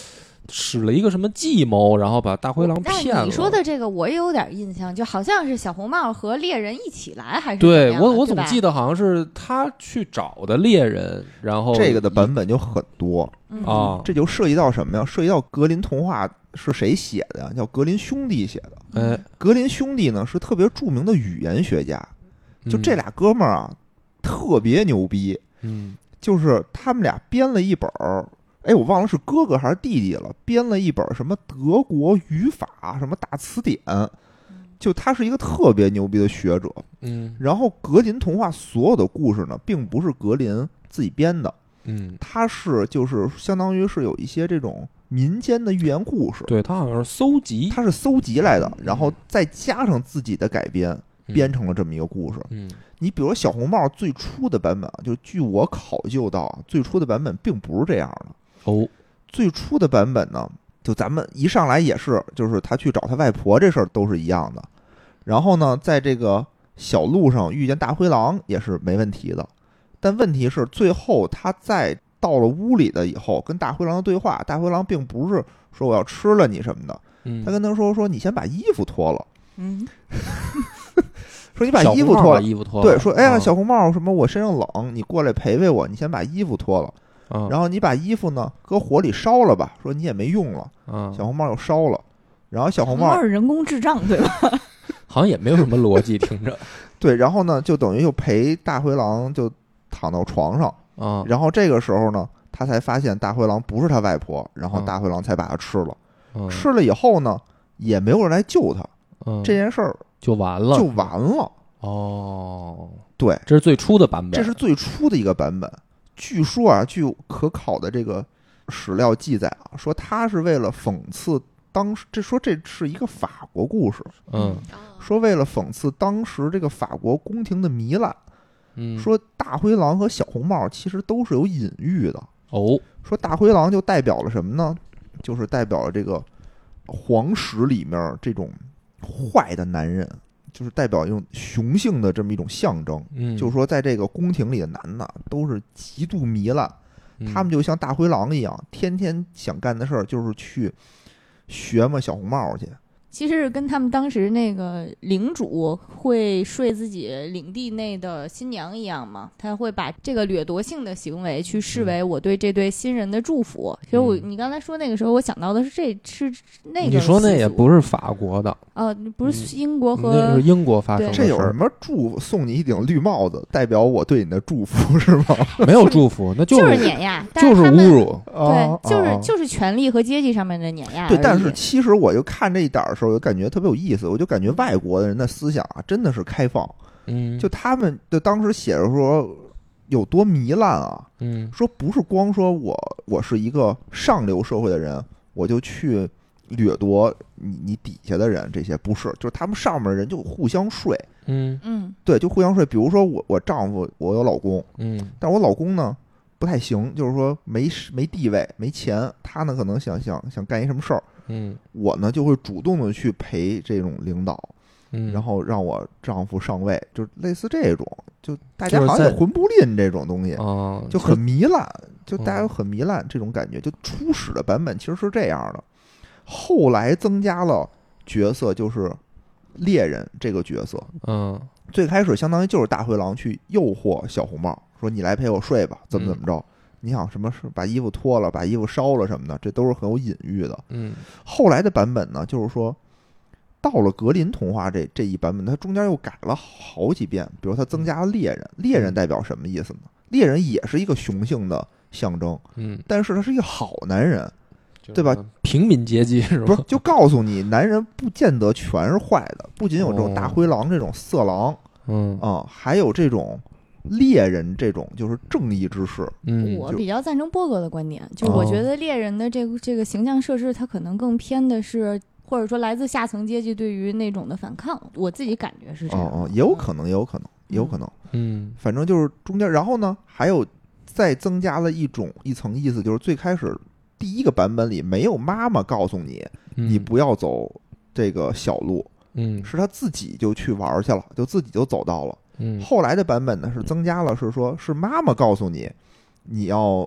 使了一个什么计谋，然后把大灰狼骗了。 但你说的这个我也有点印象，就好像是小红帽和猎人一起来，还是对我我总得记得好像是他去找的猎人，然后这个的版本就很多啊、 嗯，这就涉及到什么呀？涉及到格林童话是谁写的呀？叫格林兄弟写的。 哎， 格林兄弟呢是特别著名的语言学家，就这俩哥们儿啊，特别牛逼。 嗯， 就是他们俩编了一本儿，哎，我忘了是哥哥还是弟弟了，编了一本什么德国语法什么大词典，就他是一个特别牛逼的学者。 嗯， 然后格林童话所有的故事呢，并不是格林自己编的， 嗯， 他是就是相当于是有一些这种民间的寓言故事， 对他好像是搜集， 他是搜集来的，然后再加上自己的改编，编成了这么一个故事。 嗯， 你比如说小红帽最初的版本啊，就据我考究到，最初的版本并不是这样的。 哦， 最初的版本呢，就咱们一上来也是，就是他去找他外婆这事儿都是一样的。然后呢，在这个小路上遇见大灰狼也是没问题的。但问题是，最后他在到了屋里的以后，跟大灰狼的对话，大灰狼并不是说我要吃了你什么的， 嗯， 他跟他说说你先把衣服脱了。 嗯。 说你把衣服脱了， 衣服脱了， 对，说哎呀， 嗯、 小红帽什么，我身上冷，你过来陪陪我，你先把衣服脱了， 嗯、 然后你把衣服呢搁火里烧了吧，说你也没用了， 嗯、 小红帽又烧了，然后小红帽是人工智障对吧？ 好像也没有什么逻辑，听着， 对，然后呢就等于又陪大灰狼就躺到床上， 啊、嗯， 然后这个时候呢，他才发现大灰狼不是他外婆，然后大灰狼才把他吃了， 嗯、 吃了以后呢，也没有人来救他， 嗯、 这件事儿。 就完了， 就完了哦。 对， 这是最初的版本， 这是最初的一个版本。据说啊，据可考的这个史料记载啊，说他是为了讽刺当时，这说这是一个法国故事， 嗯， 说为了讽刺当时这个法国宫廷的糜烂， 嗯， 说大灰狼和小红帽其实都是有隐喻的。 哦， 说大灰狼就代表了什么呢？就是代表了这个皇室里面这种坏的男人，就是代表一种雄性的这么一种象征。 嗯， 就是说在这个宫廷里的男的都是极度糜烂， 嗯、 他们就像大灰狼一样，天天想干的事儿就是去学嘛小红帽去。 其实是跟他们当时那个领主会睡自己领地内的新娘一样嘛，他会把这个掠夺性的行为去视为我对这对新人的祝福。其实我你刚才说那个时候，我想到的是这是那个， 你说那也不是法国的， 呃，不是英国和、 嗯、那是英国发生的事。 这有什么祝福？送你一顶绿帽子，代表我对你的祝福是吗？ 没有祝福，那就是、就是碾压， 就是侮辱。 对，就是就是权力和阶级上面的碾压。 对，但是其实我就看这一点的时候，我感觉特别有意思，我就感觉外国的人的思想啊，真的是开放。 嗯， 就他们就当时写着说有多糜烂啊， 嗯， 说不是光说我我是一个上流社会的人，我就去掠夺你你底下的人，这些不是，就是他们上面的人就互相睡。 嗯嗯， 对，就互相睡。比如说我我丈夫我有老公， 嗯， 但我老公呢不太行，就是说没没地位没钱，他呢可能想想想干一什么事儿， 嗯， 我呢就会主动的去陪这种领导， 嗯， 然后让我丈夫上位，就类似这种，就大家好像有魂不吝这种东西， 哦， 就很糜烂，就大家很糜烂这种感觉。就初始的版本其实是这样的，后来增加了角色，就是猎人这个角色。 嗯， 最开始相当于就是大灰狼去诱惑小红帽，说你来陪我睡吧，怎么怎么着。嗯，你想什么是把衣服脱了，把衣服烧了什么的，这都是很有隐喻的。 嗯， 后来的版本呢，就是说到了格林童话这这一版本，它中间又改了好几遍。比如它增加了猎人，猎人代表什么意思呢？猎人也是一个雄性的象征， 嗯， 但是他是一个好男人，对吧？ 平民阶级是吧？ 不是，就告诉你，男人不见得全是坏的，不仅有这种大灰狼这种色狼， 嗯啊，还有这种猎人这种就是正义之士。 嗯， 我比较赞成波哥的观点，就是我觉得猎人的这个这个形象设置，它可能更偏的是，或者说来自下层阶级对于那种的反抗。我自己感觉是这样。 哦哦，也有可能，也有可能，也有可能。 嗯， 反正就是中间，然后呢，还有再增加了一种一层意思，就是最开始第一个版本里没有妈妈告诉你， 嗯、 你不要走这个小路， 嗯， 是他自己就去玩去了，就自己就走到了。 嗯， 后来的版本呢是增加了，是说是妈妈告诉你，你要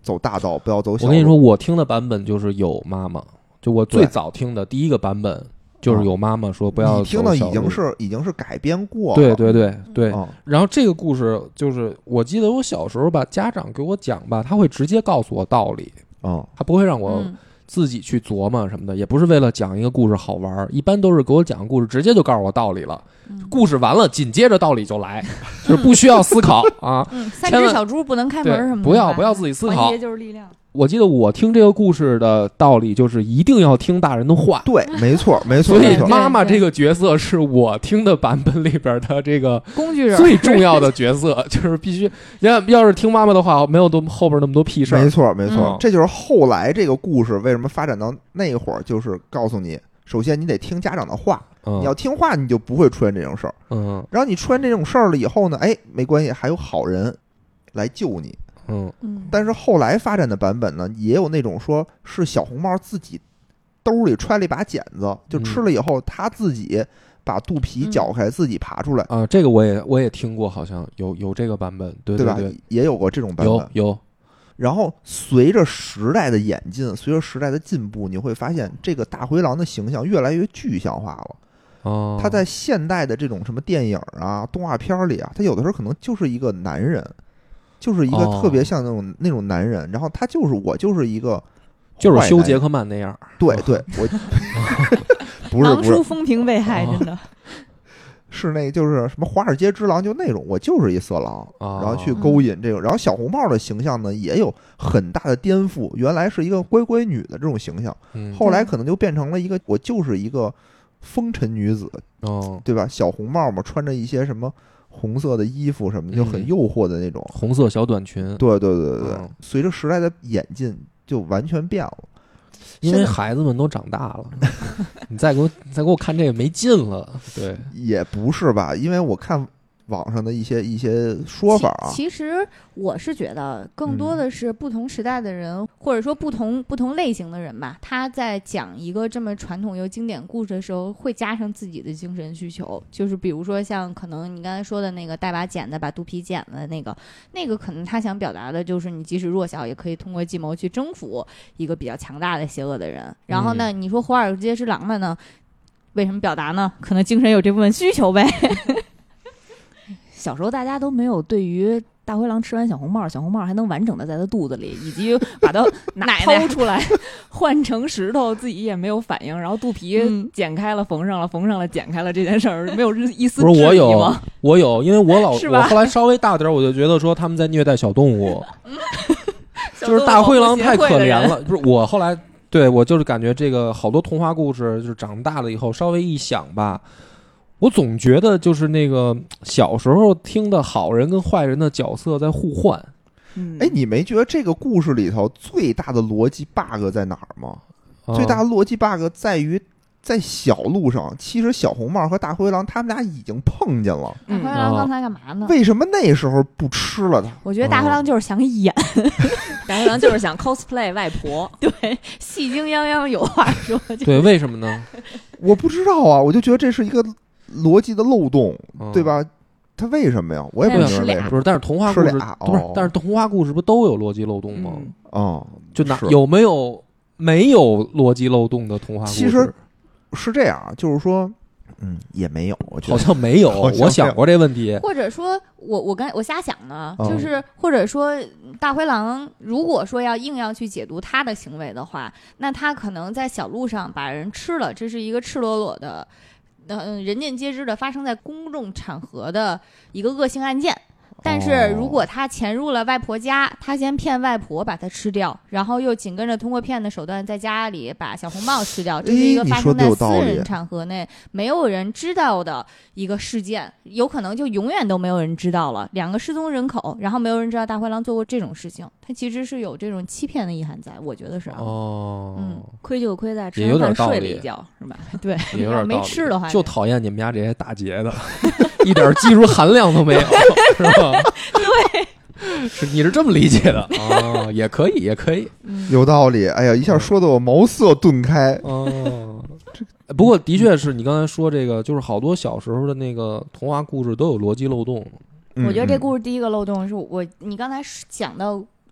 走大道，不要走小路。 我跟你说，我听的版本就是有妈妈，就我最早听的第一个版本就是有妈妈说不要走小路。 你听的已经是已经是改编过了。 对对对对、 嗯。 然后这个故事就是我记得我小时候吧，家长给我讲吧，他会直接告诉我道理， 嗯， 他不会让我嗯自己去琢磨什么的，也不是为了讲一个故事好玩，一般都是给我讲故事，直接就告诉我道理了。 嗯故事完了，紧接着道理就来，就是不需要思考啊。 嗯，三只小猪不能开门什么的， 不要不要自己思考。 团结就是力量。 我记得我听这个故事的道理就是一定要听大人的话。 对，没错没错。 所以没错妈妈这个角色是我听的版本里边的这个工具人最重要的角色，就是必须要要是听妈妈的话，没有多后边那么多屁事儿。 没错没错、 嗯， 这就是后来这个故事为什么发展到那会儿，就是告诉你，首先你得听家长的话， 嗯、 你要听话，你就不会出现这种事儿。 嗯然后你出现这种事儿了以后呢，哎，没关系，还有好人来救你。 嗯嗯， 但是后来发展的版本呢，也有那种说是小红帽自己兜里揣了一把剪子，就吃了以后，他自己把肚皮绞开，自己爬出来啊，这个我也我也听过，好像有有这个版本，对对吧？ 对， 也有过这种版本， 有有。 然后随着时代的演进，随着时代的进步，你会发现这个大灰狼的形象越来越具象化了。 哦， 他在现代的这种什么电影啊、动画片里啊，他有的时候可能就是一个男人，就是一个特别像那种、哦、那种男人，然后他就是我就是一个就是休·杰克曼那样。 对对，我不是不是狼叔风评被害，真的。 是那就是什么华尔街之狼，就那种我就是一色狼， 哦、 然后去勾引这种。然后小红帽的形象呢也有很大的颠覆，原来是一个乖乖女的这种形象， 嗯、 后来可能就变成了一个我就是一个风尘女子， 哦， 对吧？小红帽嘛，穿着一些什么红色的衣服什么的，就很诱惑的那种、 嗯、红色小短裙。 对对对对对、 嗯， 随着时代的演进，就完全变了。 因为孩子们都长大了，你再给我再给我看这个没劲了。对， 也不是吧？因为我看网上的一些一些说法啊， 其, 其实我是觉得更多的是不同时代的人、嗯、或者说不同不同类型的人吧，他在讲一个这么传统又经典故事的时候会加上自己的精神需求，就是比如说像可能你刚才说的那个带把剪子把肚皮剪了那个那个可能他想表达的就是你即使弱小也可以通过计谋去征服一个比较强大的邪恶的人。然后呢、嗯、你说华尔街之狼们呢为什么表达呢？可能精神有这部分需求呗。 小时候大家都没有对于大灰狼吃完小红帽，小红帽还能完整的在他肚子里，以及把它拿掏出来换成石头，自己也没有反应。然后肚皮剪开了，缝上了，缝上了，剪开了这件事儿，没有一丝质疑吗？ 不是我有，我有，因为我老我后来稍微大点，我就觉得说他们在虐待小动物，就是大灰狼太可怜了。不是我后来对我就是感觉这个好多童话故事，就是长大了以后稍微一想吧。我总觉得就是那个小时候听的好人跟坏人的角色在互换。 嗯，哎，你没觉得这个故事里头最大的逻辑 bug 在哪儿吗？ 啊、 最大的逻辑 bug 在于在小路上，其实小红帽和大灰狼他们俩已经碰见了。 大灰狼刚才干嘛呢？ 为什么那时候不吃了他？ 我觉得大灰狼就是想演， 大灰狼就是想 cosplay 外婆。 对，戏精泱泱有话说。 对，为什么呢？ 我不知道啊，我就觉得这是一个逻辑的漏洞， 嗯、 对吧？他为什么呀？我也不明白为什么。 不是，但是童话故事不是、 哦， 但是童话故事不都有逻辑漏洞吗？ 哦、 嗯，就哪有没有没有逻辑漏洞的童话故事？ 其实是这样，就是说，嗯，也没有，我觉得好像没有。 好像没有我想过这问题， 或者说我我刚我瞎想呢， 哦、 就是或者说大灰狼如果说要硬要去解读他的行为的话，那他可能在小路上把人吃了，这是一个赤裸裸的。呃，人尽皆知的发生在公众场合的一个恶性案件，但是如果他潜入了外婆家，他先骗外婆把它吃掉，然后又紧跟着通过骗的手段在家里把小红帽吃掉，这是一个发生在私人场合内没有人知道的一个事件，有可能就永远都没有人知道了。两个失踪人口，然后没有人知道大灰狼做过这种事情，他其实是有这种欺骗的意涵在，我觉得是。 哦， 嗯， 亏就亏在吃完饭睡了一觉，是吧？ 对， 也有点没吃的话， 就讨厌你们家这些大节的，一点技术含量都没有，是吧？ 对， 是你是这么理解的哦，也可以，也可以， 有道理。哎呀，一下说的我茅塞顿开。 哦，不过的确是你刚才说这个，就是好多小时候的那个童话故事都有逻辑漏洞。 我觉得这故事第一个漏洞是我，你刚才讲到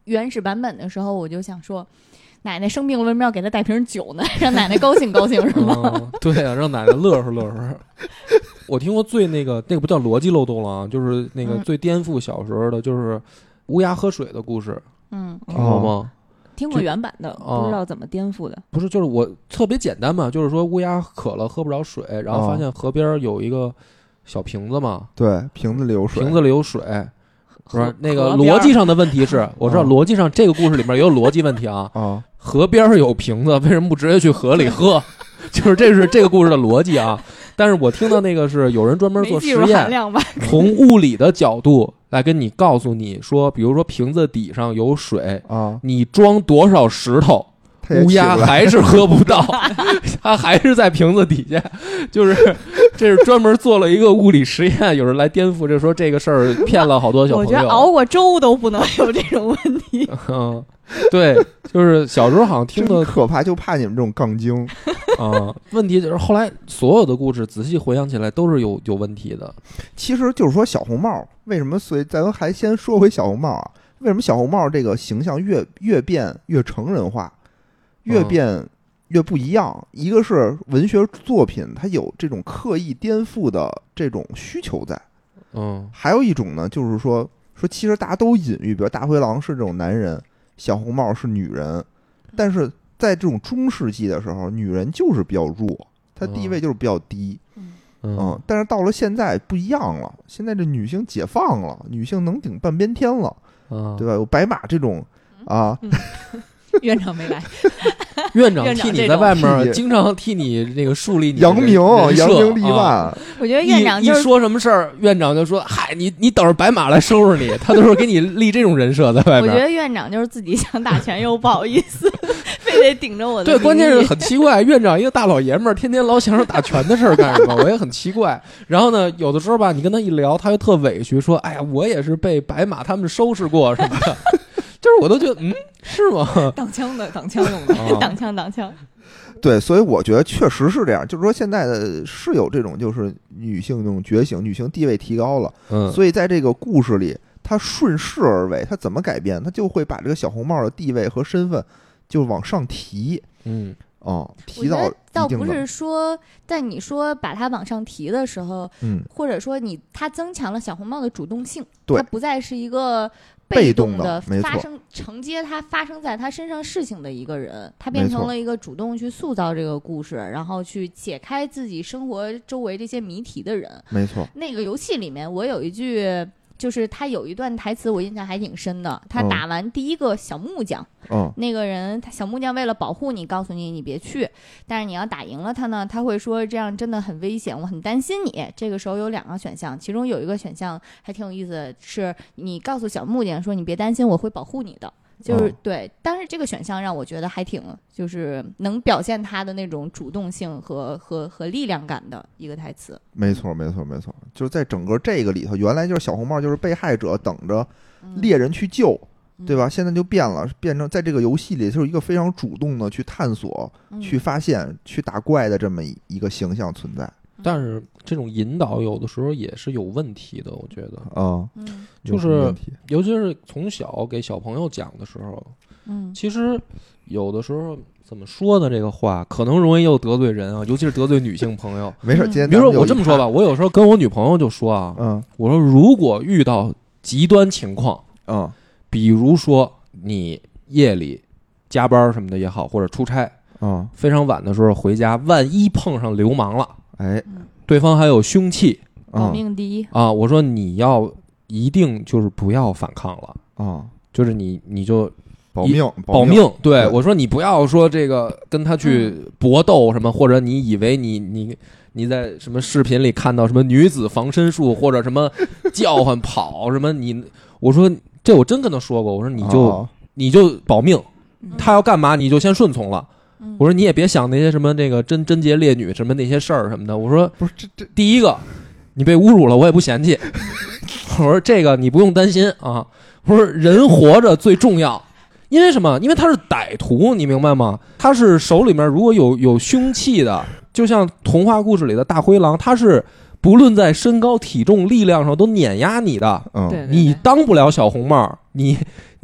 原始版本的时候，我就想说，奶奶生病了，为什么要给她带瓶酒呢？让奶奶高兴高兴是吗？ 嗯、对啊，让奶奶乐呵乐呵。我听过最那个那个不叫逻辑漏洞了啊，就是那个最颠覆小时候的，就是乌鸦喝水的故事。 嗯， 听过吗？ 哦听过原版的， 就不知道怎么颠覆的。 不是，就是我特别简单嘛，就是说乌鸦渴了喝不着水，然后发现河边有一个小瓶子嘛， 对，瓶子里有水， 瓶子里有水。不是那个河边逻辑上的问题是，我知道逻辑上这个故事里面也有逻辑问题啊。 啊， 河边有瓶子，为什么不直接去河里喝？就是这是这个故事的逻辑啊。但是我听到那个是有人专门做实验，从物理的角度来跟你告诉你说，比如说瓶子底上有水啊， 你装多少石头，乌鸦还是喝不到，它还是在瓶子底下。就是这是专门做了一个物理实验，有人来颠覆，就说这个事儿骗了好多小朋友。 我觉得熬过粥都不能有这种问题。 嗯，对，就是小时候好像听的可怕，就怕你们这种杠精啊。问题就是后来所有的故事仔细回想起来都是有有问题的。 其实就是说小红帽为什么，所以咱还先说回小红帽啊，为什么小红帽这个形象越越变越成人化，越变越不一样？嗯、一个是文学作品它有这种刻意颠覆的这种需求在， 嗯， 还有一种呢，就是说说其实大家都隐喻，比如大灰狼是这种男人，小红帽是女人，但是在这种中世纪的时候，女人就是比较弱，她地位就是比较低。 嗯嗯，但是到了现在不一样了，现在这女性解放了，女性能顶半边天了， 嗯、 对吧？有白马这种啊。 嗯院长没来， 院长替你在外面经常替你那个树立你扬名，扬名立万、 啊。 我觉得院长、就是、 一, 一说什么事儿，院长就说：“嗨，你你等着白马来收拾你。”他都是给你立这种人设在外面。 我觉得院长就是自己想打拳又不好意思，非得顶着我的。 对，关键是很奇怪，院长一个大老爷们儿，天天老想着打拳的事儿干什么？我也很奇怪。然后呢，有的时候吧，你跟他一聊，他又特委屈，说：“哎呀，我也是被白马他们收拾过什么的。”就是我都觉得，嗯，是吗？ 挡枪的，挡枪用的， 挡枪，挡枪。 对，所以我觉得确实是这样，就是说现在的是有这种，就是女性这种觉醒，女性地位提高了， 嗯， 所以在这个故事里，它顺势而为，它怎么改变，它就会把这个小红帽的地位和身份就往上提， 嗯。 哦，提到倒不是说，在你说把它往上提的时候， 嗯， 或者说你它增强了小红帽的主动性， 对， 它不再是一个被动的发生承接它发生在他身上事情的一个人，他变成了一个主动去塑造这个故事，然后去解开自己生活周围这些谜题的人。 没错， 那个游戏里面我有一句。就是他有一段台词我印象还挺深的，他打完第一个小木匠， 嗯， 那个人他小木匠为了保护你，告诉你你别去，但是你要打赢了他呢，他会说这样真的很危险，我很担心你。这个时候有两个选项，其中有一个选项还挺有意思的，是你告诉小木匠说你别担心，我会保护你的。就是对，但是这个选项让我觉得还挺，就是能表现他的那种主动性和和和力量感的一个台词。 没错，没错，没错，就是在整个这个里头，原来就是小红帽就是被害者，等着猎人去救，嗯、对吧？现在就变了，变成在这个游戏里就是一个非常主动的去探索、嗯、去发现、去打怪的这么一个形象存在。 但是这种引导有的时候也是有问题的，我觉得啊， 嗯， 就是尤其是从小给小朋友讲的时候， 嗯， 其实有的时候怎么说呢？这个话可能容易又得罪人啊，尤其是得罪女性朋友。 没事，今天比如说我这么说吧，我有时候跟我女朋友就说啊， 嗯， 我说如果遇到极端情况， 嗯， 比如说你夜里加班什么的也好，或者出差， 嗯， 非常晚的时候回家，万一碰上流氓了。 哎， 对方还有凶器， 保命第一啊！我说你要一定就是不要反抗了啊， 就是你你就保命保命。对， 对我说你不要说这个跟他去搏斗什么，嗯、或者你以为你你你在什么视频里看到什么女子防身术或者什么叫唤跑什么你，我说这我真跟他说过，我说你就、哦、你就保命，他要干嘛你就先顺从了。我说你也别想那些什么那个贞贞洁烈女什么那些事儿什么的。我说不是这这第一个，你被侮辱了我也不嫌弃。我说这个你不用担心啊。我说人活着最重要，因为什么？因为他是歹徒，你明白吗？他是手里面如果有有凶器的，就像童话故事里的大灰狼，他是不论在身高、体重、力量上都碾压你的。 嗯， 对对对， 你当不了小红帽，你。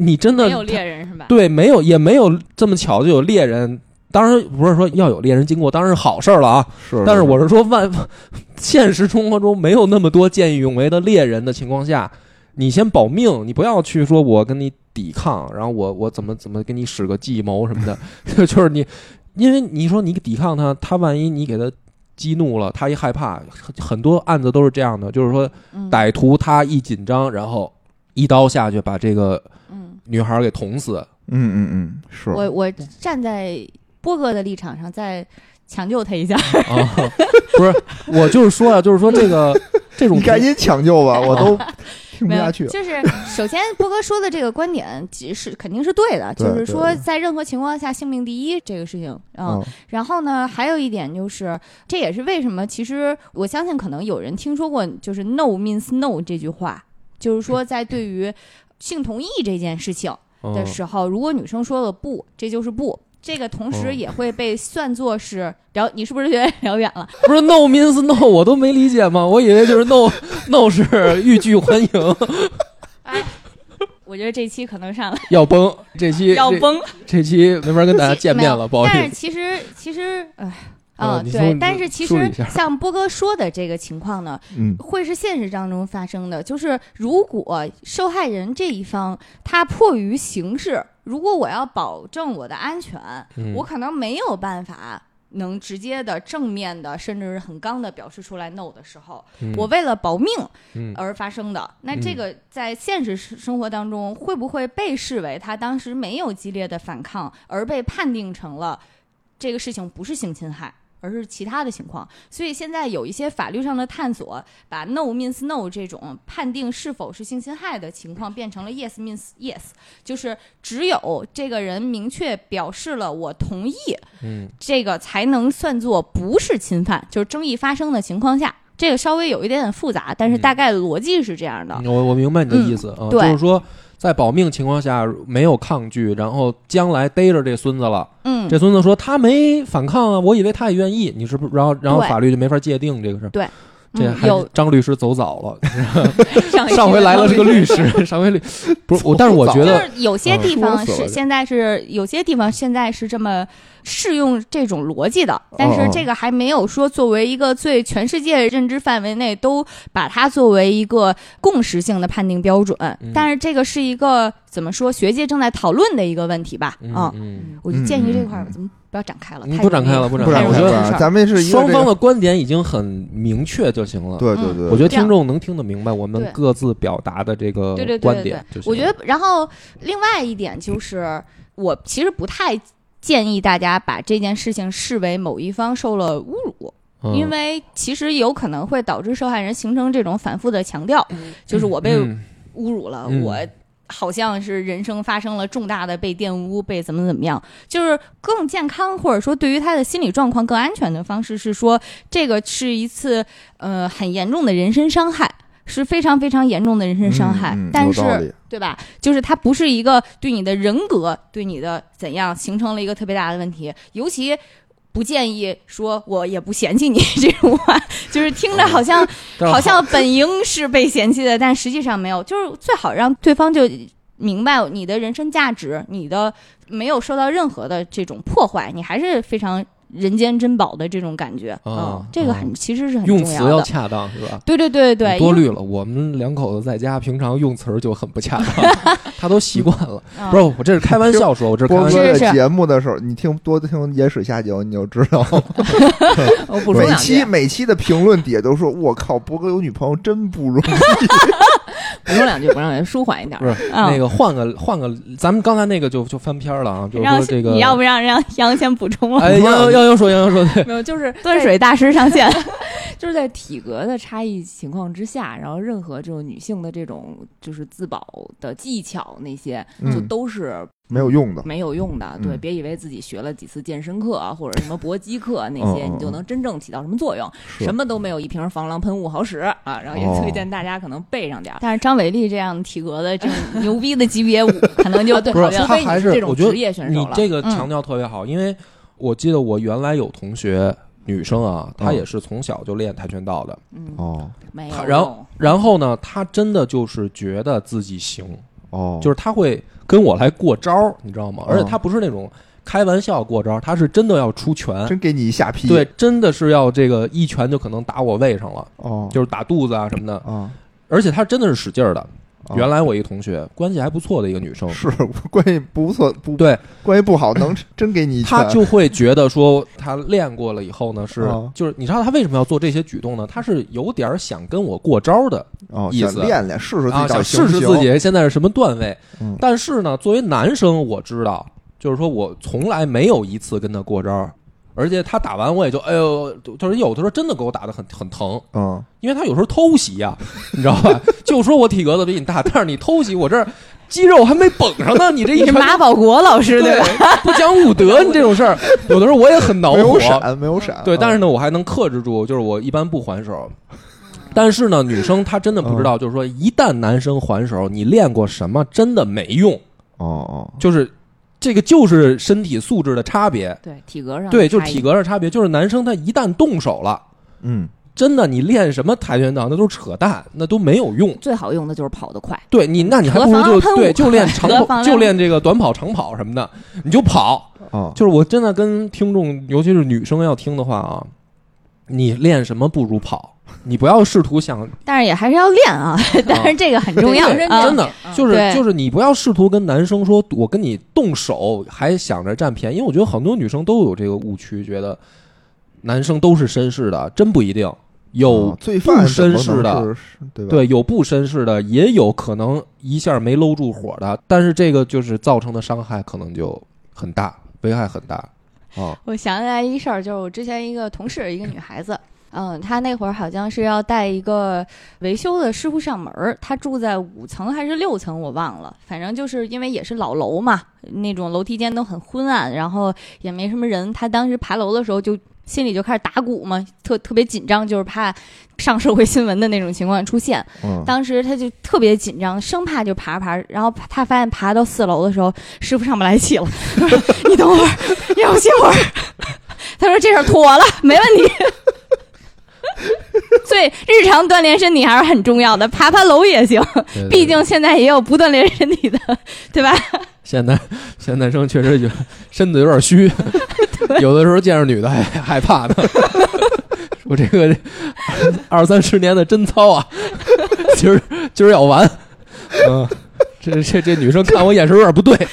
你真的没有猎人是吧？ 对，没有也没有这么巧就有猎人。当然不是说要有猎人经过，当然是好事了啊。 是， 但是我是说万现实生活中没有那么多见义勇为的猎人的情况下，你先保命，你不要去说我跟你抵抗，然后我我怎么怎么给你使个计谋什么的，就是你，因为你说你抵抗他，他万一你给他激怒了，他一害怕，很多案子都是这样的，就是说歹徒他一紧张，然后一刀下去把这个女孩给捅死。 嗯嗯嗯，是我我站在波哥的立场上再抢救他一下。 啊，不是，我就是说啊，就是说这个这种你赶紧抢救吧，我都听不下去。 就是首先波哥说的这个观点是肯定是对的， 对就是说在任何情况下性命第一这个事情啊、嗯。然后呢，还有一点就是，这也是为什么其实我相信可能有人听说过，就是 “no means no” 这句话，就是说在对于性同意这件事情的时候，如果女生说了不，这就是不。这个同时也会被算作是聊，你是不是觉得聊远了？ 不是 no means no， 我都没理解吗？我以为就是 no no 是欲拒还迎。 哎，我觉得这期可能上来要崩，这期要崩， 这, 这期没法跟大家见面了，不好意思。 但是其实其实，哎。啊、嗯，对，但是其实像波哥说的这个情况呢， 嗯， 会是现实当中发生的。就是如果受害人这一方他迫于形势，如果我要保证我的安全， 嗯、 我可能没有办法能直接的正面的，甚至是很刚的表示出来 no 的时候， 嗯、 我为了保命而发生的，嗯、那这个在现实生活当中会不会被视为他当时没有激烈的反抗，而被判定成了这个事情不是性侵害？而是其他的情况，所以现在有一些法律上的探索，把 no means no 这种判定是否是性侵害的情况变成了 yes means yes， 就是只有这个人明确表示了我同意， 嗯， 这个才能算作不是侵犯，就是争议发生的情况下，这个稍微有一点点复杂，但是大概逻辑是这样的。 嗯、我我明白你的意思、嗯、啊， 对， 就是说。在保命情况下没有抗拒，然后将来逮着这孙子了， 嗯， 这孙子说他没反抗啊，我以为他也愿意，你是不是？然后然后法律就没法界定这个事儿。 对， 这还有张律师走早了， 上上回来了是个律师，上回律不是我，但是我觉得就是有些地方是现在是有些地方现在是这么适用这种逻辑的，但是这个还没有说作为一个最全世界认知范围内都把它作为一个共识性的判定标准， 嗯、 但是这个是一个怎么说学界正在讨论的一个问题吧？啊、 嗯嗯，我就建议这块儿怎么不要展开了， 嗯、不展开了，不展开了。 我觉得咱们是双方的观点已经很明确就行了。 对对对， 我觉得听众能听得明白我们各自表达的这个观点就行了。 我觉得，然后另外一点就是，我其实不太建议大家把这件事情视为某一方受了侮辱。 嗯、 因为其实有可能会导致受害人形成这种反复的强调， 嗯、 就是我被侮辱了， 嗯、 我好像是人生发生了重大的被玷污，被怎么怎么样，就是更健康或者说对于他的心理状况更安全的方式是说，这个是一次呃很严重的人身伤害。是非常非常严重的人身伤害， 嗯嗯、 但是对吧？就是它不是一个对你的人格、对你的怎样形成了一个特别大的问题，尤其不建议说我也不嫌弃你这种话，就是听着好像、哦、好像本应是被嫌弃的，但实际上没有，就是最好让对方就明白你的人身价值，你的没有受到任何的这种破坏，你还是非常。人间珍宝的这种感觉啊、嗯，这个很、嗯、其实是很重要的， 用词要恰当是吧？ 对对对对， 多虑了。我们两口子在家平常用词就很不恰当，他都习惯了。不是，我这是开玩笑说，我这是开玩笑。 播客节目的时候，你听多听野史下酒，你就知道。 我补充每期每期的评论底下都说：“我靠，波哥有女朋友真不容易。” 补充两句，不让人舒缓一点。 不是、嗯、那个换个换个，咱们刚才那个就就翻篇了啊，就是说这个你要不让让杨先补充了？ 哎，杨杨杨说杨杨说对， 没有，就是端水大师上线， 就是在体格的差异情况之下，然后任何这种女性的这种就是自保的技巧那些， 嗯、 就都是。 没有用的， 没有用的，对， 嗯、 别以为自己学了几次健身课啊，或者什么搏击课那些， 嗯、 你就能真正起到什么作用。什么都没有一瓶防狼喷雾好使啊，然后也推荐大家可能备上点。 哦、但是张伟丽这样体格的这种牛逼的级别舞，可能就对， 不是他还是这种职业选手了。 你这个强调特别好，嗯、因为我记得我原来有同学。女生啊，她也是从小就练跆拳道的。 嗯哦， 没有。 然后，然后呢，她真的就是觉得自己行。 哦， 就是他会跟我来过招，你知道吗？ 哦而且他不是那种开玩笑过招，他是真的要出拳， 真给你一下劈。 对，真的是要这个一拳就可能打我胃上了， 哦， 就是打肚子啊什么的。 啊， 而且他真的是使劲儿的。 哦原来我一同学关系还不错的一个女生， 是关系不错，不对， 关系不好能真给你一拳。 她就会觉得说，她练过了以后呢，是、 哦就是你知道她为什么要做这些举动呢？她是有点想跟我过招的哦， 意思想练练，试试自己啊，想到底行不行试试自己现在是什么段位。 嗯但是呢，作为男生，我知道，就是说我从来没有一次跟他过招，而且他打完我也就哎呦，就是有的时候真的给我打得很很疼。 嗯， 因为他有时候偷袭呀、你知道吧？就说我体格子比你大，但是你偷袭我这儿肌肉还没绷上呢，你这一你是拳马保国老师对吧？ 不讲武德，你这种事儿，有的时候我也很恼没有火。 闪，没有闪。 对，但是呢， 呢，我还能克制住，就是我一般不还手。但是呢，女生她真的不知道，就是说，一旦男生还手，你练过什么真的没用， 哦哦， 就是这个就是身体素质的差别。 对体格上对，就是体格格上差别，就是男生他一旦动手了。 嗯， 真的，你练什么跆拳道那都是扯淡，那都没有用。 最好用的就是跑得快。 对你，那你还不如就核防喷雾对就练长跑， 核防就练这个短跑、长跑什么的，你就跑。 哦， 就是我真的跟听众，尤其是女生要听的话啊，你练什么不如跑，你不要试图想， 但是也还是要练啊，但是这个很重要， 对啊真的嗯就是对就是你不要试图跟男生说，我跟你动手还想着占便宜，因为我觉得很多女生都有这个误区，觉得男生都是绅士的，真不一定。有哦罪犯不绅士的怎么能是，对吧？ 对，有不绅士的，也有可能一下没搂住火的，但是这个就是造成的伤害可能就很大，危害很大。啊， 我想起来一事儿，就是我之前一个同事，一个女孩子，嗯，她那会儿好像是要带一个维修的师傅上门儿，她住在五层还是六层，我忘了，反正就是因为也是老楼嘛，那种楼梯间都很昏暗，然后也没什么人，她当时爬楼的时候就心里就开始打鼓嘛，特特别紧张，就是怕上社会新闻的那种情况出现。 嗯， 当时他就特别紧张，生怕就爬着爬着，然后他发现爬到四楼的时候，师傅上不来气了，他说：“你等会儿，你让我歇会儿。”他说：“这事儿妥了，没问题。”所以日常锻炼身体还是很重要的，爬爬楼也行， 对对毕竟现在也有不锻炼身体的，对吧？ 现在现在男生确实有身子有点虚，有的时候见着女的还害怕呢。说这个二三十年的贞操啊，今儿今儿要完。嗯，这这这女生看我眼神有点不对。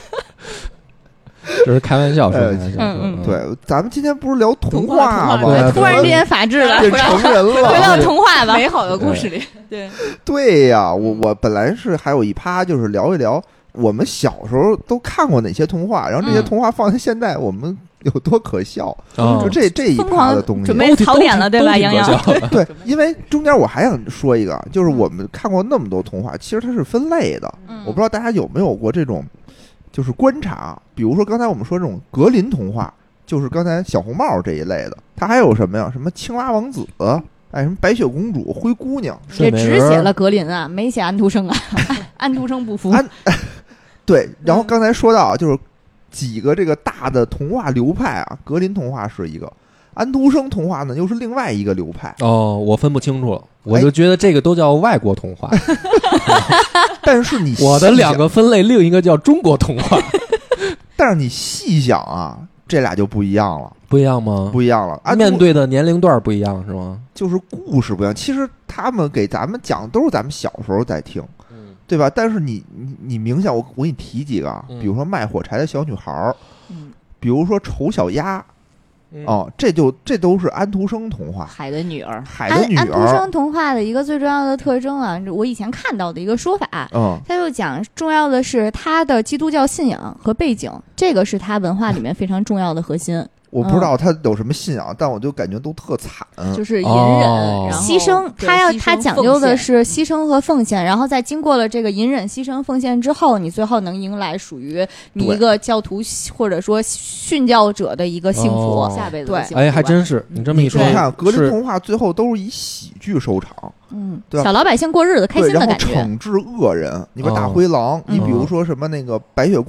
这是开玩笑说， 呃开玩笑说。 嗯嗯对，咱们今天不是聊童话话吗？ 童话对突然之间法治了， 变成人回了。 到童话吧。 美好的故事里， 对， 对呀，我我本来是还有一趴，就是聊一聊我们小时候都看过哪些童话，然后这些嗯童话放在现在我们有多可笑， 啊就这这一疯趴狂的东西准。备槽点了，对吧，杨洋？ 洋？ 对，因为中间我还想说一个，就是我们看过那么多童话，其实它是分类的。 嗯我不知道大家有没有过这种，就是观察，比如说刚才我们说这种格林童话，就是刚才小红帽这一类的，它还有什么呀？什么青蛙王子，哎，什么白雪公主、灰姑娘， 也只写了格林啊，没写安徒生啊，安徒生不服。 安对。然后嗯刚才说到就是几个这个大的童话流派啊，格林童话是一个，安徒生童话呢又是另外一个流派。 哦，我分不清楚了，我就觉得这个都叫外国童话。 但是你我的细想两个分类，另一个叫中国童话， 但是你细想啊，这俩就不一样了， 不一样吗？ 不一样了。安徒面对的年龄段不一样是吗？ 就是故事不一样，其实他们给咱们讲都是咱们小时候在听， 嗯， 对吧？但是你你你冥想，我我给你提几个啊， 嗯比如说卖火柴的小女孩儿， 嗯， 比如说丑小鸭， 嗯哦，这就这都是安徒生童话， 海的女儿， 海的女安安徒儿， 生童话的一个最重要的特征啊，我以前看到的一个说法， 嗯， 他就讲重要的是他的基督教信仰和背景，这个是他文化里面非常重要的核心， 我不知道他有什么信仰，但我就感觉都特惨， 就是隐忍， 哦然后牺牲， 对他要牺牲他讲究的奉献是牺牲和奉献，然后在经过了这个隐忍、牺牲、奉献之后，你最后能迎来属于你一个教徒或者说殉教者的一个幸福。 哦下辈子对的幸福哎，还吧真是你这么一说， 你看格林是童话最后都是以喜剧收场， 嗯， 对吧小老百姓过日子开对，然后心的感觉。 惩治恶人，你把大哦灰狼， 嗯你比如说什么那个白雪公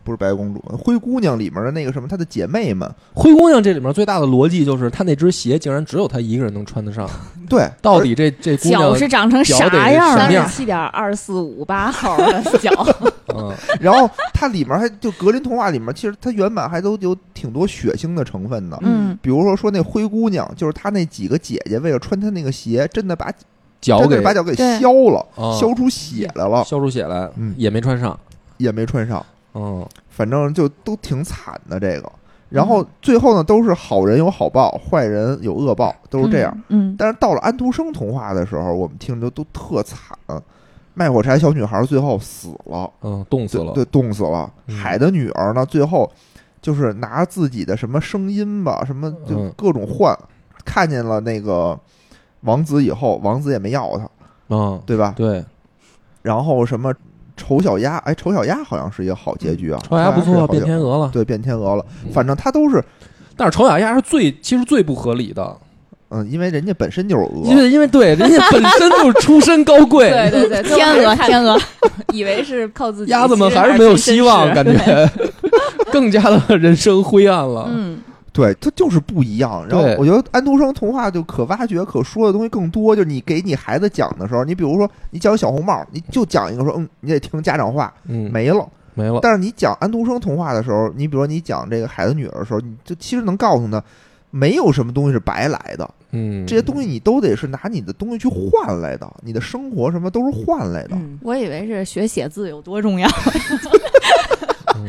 不是白公主，灰姑娘里面的那个什么，她的姐妹们。 灰姑娘这里面最大的逻辑就是，她那只鞋竟然只有她一个人能穿得上。 对， 到底这这姑娘脚是长成啥样三什么样十七点二四五八号的脚， 嗯， 然后它里面还就格林童话里面，其实它原版还都有挺多血腥的成分的。 嗯， 比如说说那灰姑娘，就是她那几个姐姐为了穿她那个鞋，真的把脚给真的把脚给对削了， 哦削出血来了， 削出血来， 嗯也没穿上。 也没穿上。 嗯， 反正就都挺惨的这个。然后最后呢，都是好人有好报，坏人有恶报，都是这样。 嗯， 但是到了安徒生童话的时候，我们听着都特惨。卖火柴小女孩最后死了， 嗯，冻死了。 对，冻死了。 嗯海的女儿呢，最后就是拿自己的什么声音吧，什么就嗯各种换，看见了那个王子以后，王子也没要她， 嗯， 对吧？ 对， 然后什么丑小鸭，哎，丑小鸭好像是一个好结局啊， 丑小鸭不错， 好结变天鹅了。 对，变天鹅了。 嗯反正它都是， 但是丑小鸭是最其实最不合理的， 嗯，因为人家本身就是鹅， 因为因为对人家本身就是出身高贵， 对对对， 天鹅天鹅， 以为是靠自己， 鸭子们其实还是没有希望， 还是感觉更加的人生灰暗了。 嗯， 对，它就是不一样。然后对我觉得安徒生童话就可挖掘、可说的东西更多。就是你给你孩子讲的时候，你比如说你讲小红帽，你就讲一个说，嗯，你得听家长话， 嗯， 没了。 没了。 但是你讲安徒生童话的时候，你比如说你讲这个海的女儿的时候，你就其实能告诉他，没有什么东西是白来的， 嗯， 这些东西你都得是拿你的东西去换来的，你的生活什么都是换来的。 嗯， 我以为是学写字有多重要， 嗯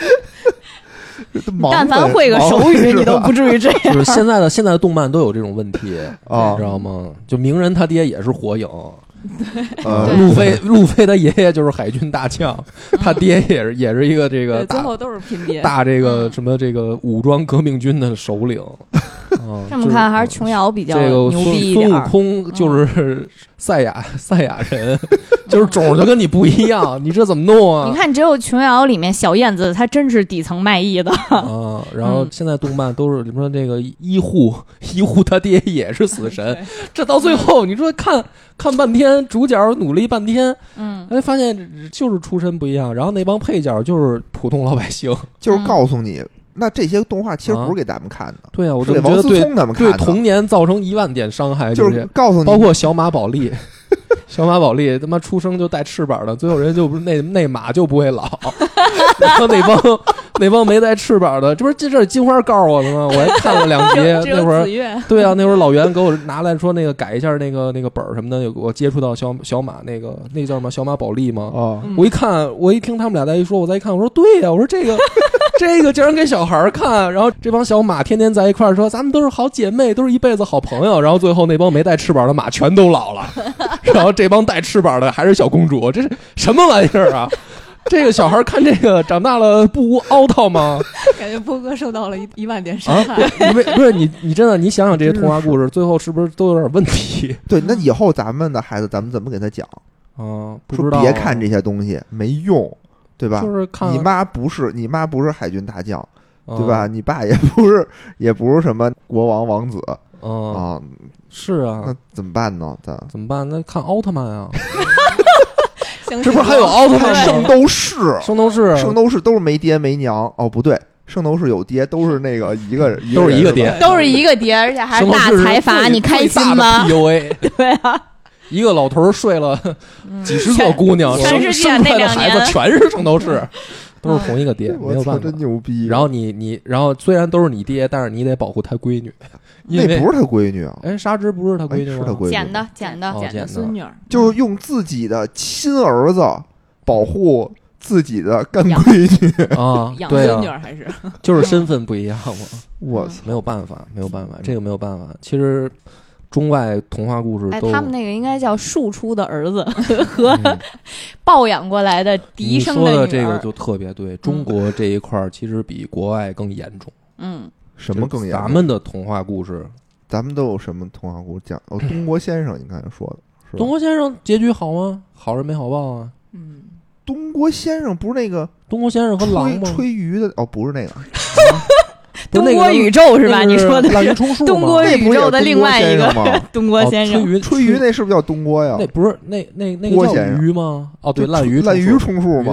盲但凡文会个手语， 盲文你都不至于这样。 就是现在的现在的动漫都有这种问题， 啊你知道吗？就鸣人他爹也是火影， 呃对路飞路飞他爷爷就是海军大将，他爹也是也是一个这个对，最大后都是拼爹。 大这个嗯什么这个武装革命军的首领。啊这么看还是琼瑶比较这个牛孙孙悟逼一点儿。 空就是赛亚赛亚人，就是种就跟你不一样，你这怎么弄啊？ 你看，只有琼瑶里面小燕子，她真是底层卖艺的。 啊，然后嗯现在动漫都是什么这个医护，医护他爹也是死神，这到最后你说看看半天，主角努力半天， 嗯， 哎，发现就是出身不一样，然后那帮配角就是普通老百姓。 就是告诉你，那这些动画其实啊不是给咱们看的， 对啊，我是就觉得对给王思聪他们看对的， 童年造成一万点伤害， 就是是告诉你， 包括小马宝莉。小马宝莉他妈出生就带翅膀的，最后人就不是那那马就不会老，然后那帮那帮没带翅膀的，这不是这这金花告诉我的吗？我还看了两集只有那会儿子，越， 对啊，那会儿老袁给我拿来说那个改一下那个那个本儿什么的，我接触到小小马那个那个叫什么小马宝莉吗？ 啊， 嗯我一看，我一听他们俩在一说，我再一看，我说对呀、我说这个这个竟然给小孩儿看，然后这帮小马天天在一块儿说咱们都是好姐妹，都是一辈子好朋友，然后最后那帮没带翅膀的马全都老了，然后这帮带翅膀的还是小公主，这是什么玩意儿啊？这个小孩看这个长大了不凹套吗？ 感觉波哥受到了一一万点伤啊害。， 你没不是你你真的你想想这些童话故事，最后是不是都有点问题对，那以后咱们的孩子，咱们怎么给他讲？ 啊？不说知道， 别看这些东西没用，对吧？ 就是看你妈不是你妈不是海军大将， 啊对吧？你爸也不是也不是什么国王王子嗯， 啊， 是啊那，怎么办呢？咱怎么办？那看奥特曼啊， 这这不是还有奥特曼吗？ 圣斗士， 圣斗士， 圣斗士都是没爹没娘哦，不对，圣斗士有爹，都是那个一个都是一个人吧爹都是一个碟，而且还是大财阀，你开心吗？ ？P U A， 对啊， 一个老头儿睡了几十个姑娘， 全生世界那生出来的孩两年子全是圣斗士，都是同一个爹，没我操， 有办法真。牛逼！ 然后你你，然后虽然都是你爹，但是你得保护他闺女，因为那不是他闺女啊， 哎，沙织不是他哎， 闺女吗？ 是他闺女， 捡的捡的哦， 捡捡的的孙女儿， 就是用自己的亲儿子保护自己的干闺女。 啊， 养对啊， 孙女儿还是就是身份不一样嘛， 我操！ 没有办法，没有办法，这个没有办法。其实中外童话故事哎， 都， 他们那个应该叫庶出的儿子和嗯抱养过来的嫡你生说的女儿。 这个就特别对，中国这一块儿其实比国外更严重。 嗯， 什么更严重？ 咱们的童话故事， 咱们都有什么童话故事讲？哦，东国先生，你刚才说的是吧？ 东国先生结局好吗？好人没好报啊。 嗯， 东国先生不是那个东国先生和狼吹吗？ 吹鱼的哦，不是那个， 东不是那个郭宇宙是吧？ 那你说的滥竽充数吗？ 东郭那不是宇宙的另外一个东郭先生吗？ 东郭先生。 哦吹云吹鱼那是不是叫东郭呀？ 那不是那那那个叫郭先生鱼吗？哦，对， 就滥竽滥竽充充数嘛。 鱼对，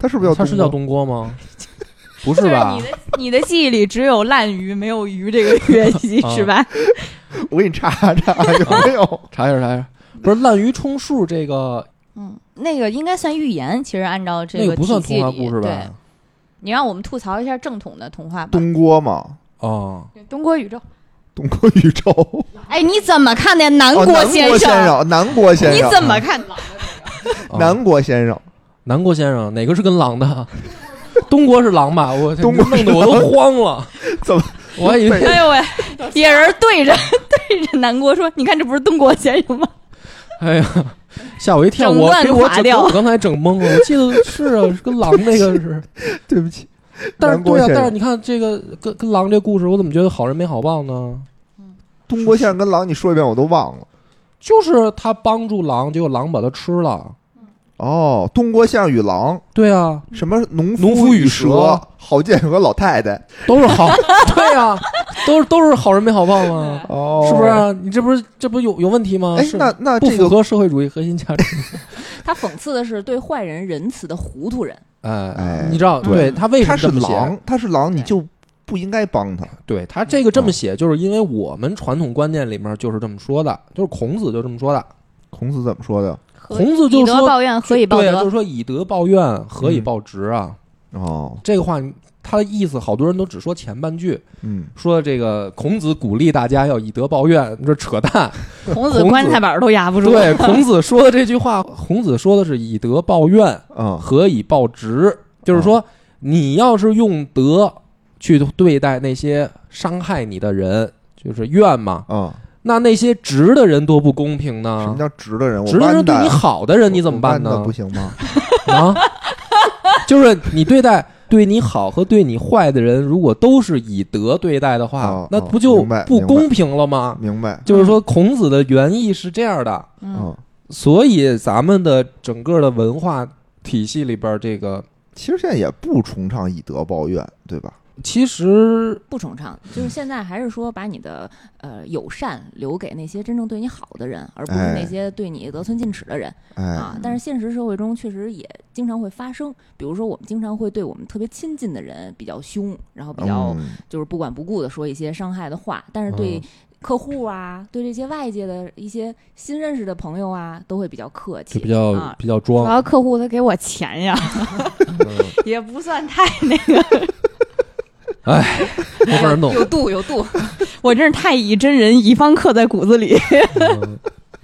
它是不是叫它是叫东郭吗？不是吧？ 你的你的记忆里只有烂鱼，没有鱼这个乐器是吧？ 我给你查查有没有？ 查一下查一下，不是滥竽充数这个， 嗯，那个应该算寓言，其实按照这那个不算体系里童话故事吧？ 对，你让我们吐槽一下正统的童话吧。 东郭嘛， 哦， 东郭宇宙。 东郭宇宙。 哎，你怎么看的南哦，南郭先郭先生，南郭先生， 你怎么看？ 南郭先生， 南郭先生哪个是跟狼的？东郭是狼吧？我东郭弄得我都慌了。 怎么？ 我还以为哎呦喂，别人对着对着南郭说：“你看，这不是东郭先生吗哎呀，吓我一跳！ 整我给我整， 段垮掉我刚才整懵了。我记得是啊，是跟狼那个是。 对不起， 但是对啊， 南郭先生但是你看这个跟跟狼这故事，我怎么觉得好人没好报呢？ 东郭先生跟狼，你说一遍我都忘了。 就是他帮助狼，结果狼把他吃了。 哦，东郭先生与狼， 对啊， 什么农农夫与蛇蛇， 郝建和老太太， 都是好，对啊，都是都是好人没好报吗？ 哦， 是不是啊？你这不是这不有有问题吗？ 哎， 是那那不符这个合社会主义核心价值。 他讽刺的是对坏人仁慈的糊涂人。 哎哎你知道， 对对他为什他是么这么写？ 狼，他是狼，你对就不应该帮他。 对他这个这么写，就是因为我们传统观念里面就是这么说的，就是孔子就这么说的。 孔子怎么说的？ 孔子就以德说报怨，何以报对啊，就德？ 是说以德报怨，何以报直啊？ 哦， 这个话他的意思，好多人都只说前半句， 嗯， 说这个孔子鼓励大家要以德报怨，这扯淡。 孔子棺材板都压不住。 对，孔子说的这句话，孔子说的是以德报怨， 嗯， 何以报直？就是说，你要是用德去对待那些伤害你的人，就是怨嘛。 嗯， 那那些直的人多不公平什呢么？叫直的人？ 直的人对你好的人，你怎么办呢？ 我弯的不行吗？ 啊，就是你对待对你好和对你坏的人，如果都是以德对待的话， 哦那不就明白不公平了吗？ 明白？ 就是说，孔子的原意是这样的， 嗯， 嗯， 所以咱们的整个的文化体系里边，这个其实现在也不崇尚以德报怨，对吧？ 其实不崇尚，就是现在还是说把你的呃友善留给那些真正对你好的人，而不是哎那些对你得寸进尺的人、 哎， 啊。但是现实社会中确实也经常会发生，比如说我们经常会对我们特别亲近的人比较凶，然后比较嗯就是不管不顾的说一些伤害的话，但是对客户啊，对这些外界的一些新认识的朋友啊，都会比较客气， 就比较、 啊、 比较主装。 要客户他给我钱呀， 嗯也不算太那个。 哎，没法弄。 有度有度。 我真是太以真人，乙方刻在骨子里。 嗯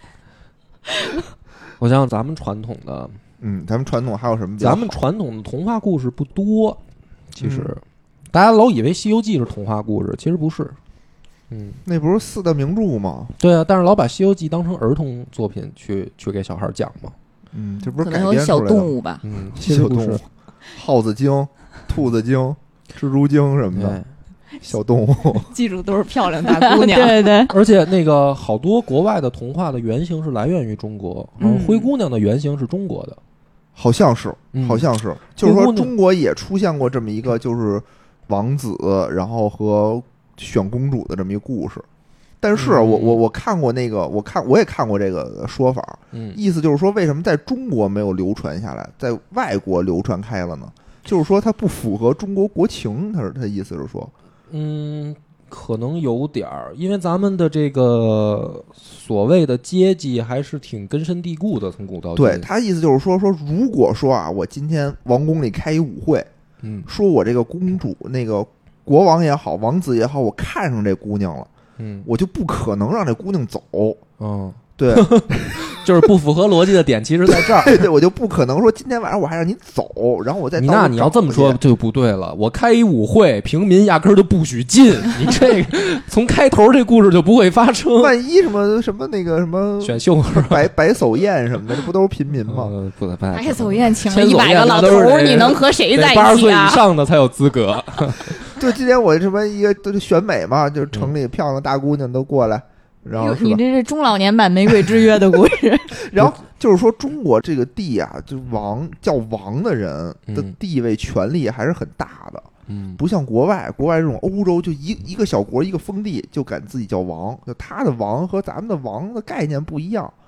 我想想，咱们传统的， 嗯，咱们传统还有什么比较好？ 咱们传统的童话故事不多，其实、 嗯大家老以为《西游记》是童话故事，其实不是。嗯， 那不是四大名著吗？ 对啊，但是老把《西游记》当成儿童作品去去给小孩讲嘛。 嗯，这不是可改能有小编出来的动物吧， 嗯，其实不是小动物。，耗子精、兔子精、蜘蛛精什么的对， 小动物。 记住都是漂亮大姑娘。 对对， 而且那个好多国外的童话的原型是来源于中国，然后嗯灰姑娘的原型是中国的。 好像是， 嗯好像是，就是说灰姑娘中国也出现过这么一个，就是王子，然后和选公主的这么一个故事。但是嗯我我我看过那个，我看我也看过这个说法， 嗯， 意思就是说，为什么在中国没有流传下来，在外国流传开了呢？就是说它不符合中国国情，他是他的意思是说， 嗯，可能有点儿，因为咱们的这个所谓的阶级还是挺根深蒂固的，从古到今。 对他意思就是说说，如果说啊，我今天王宫里开一舞会， 嗯说我这个公主那个国王也好，王子也好，我看上这姑娘了， 嗯我就不可能让这姑娘走。 嗯， 对就是不符合逻辑的点，其实在这儿。 对对，我就不可能说今天晚上我还让你走，然后我再你到处那你要这么找去， 说就不对了。我开一舞会，平民压根儿就不许进。你这个从开头这故事就不会发生。 万一什么什么那个什么选秀是吧？ 白白叟宴什么的，这不都是平民吗？ 呃不不白叟宴请了千叟宴一百个老那都是头儿， 得你能和谁在八十岁以一起啊？ 上的才有资格。 对，今天我什么一个都是选美嘛，就是城里漂亮大姑娘都过来，然后哟你是吧？ 这是中老年版《玫瑰之约》的故事。 然后就是说，中国这个地啊，就王叫王的人的嗯地位、权力还是很大的， 嗯不像国外，国外这种欧洲就一一个小国一个封地就敢自己叫王，就他的王和咱们的王的概念不一样。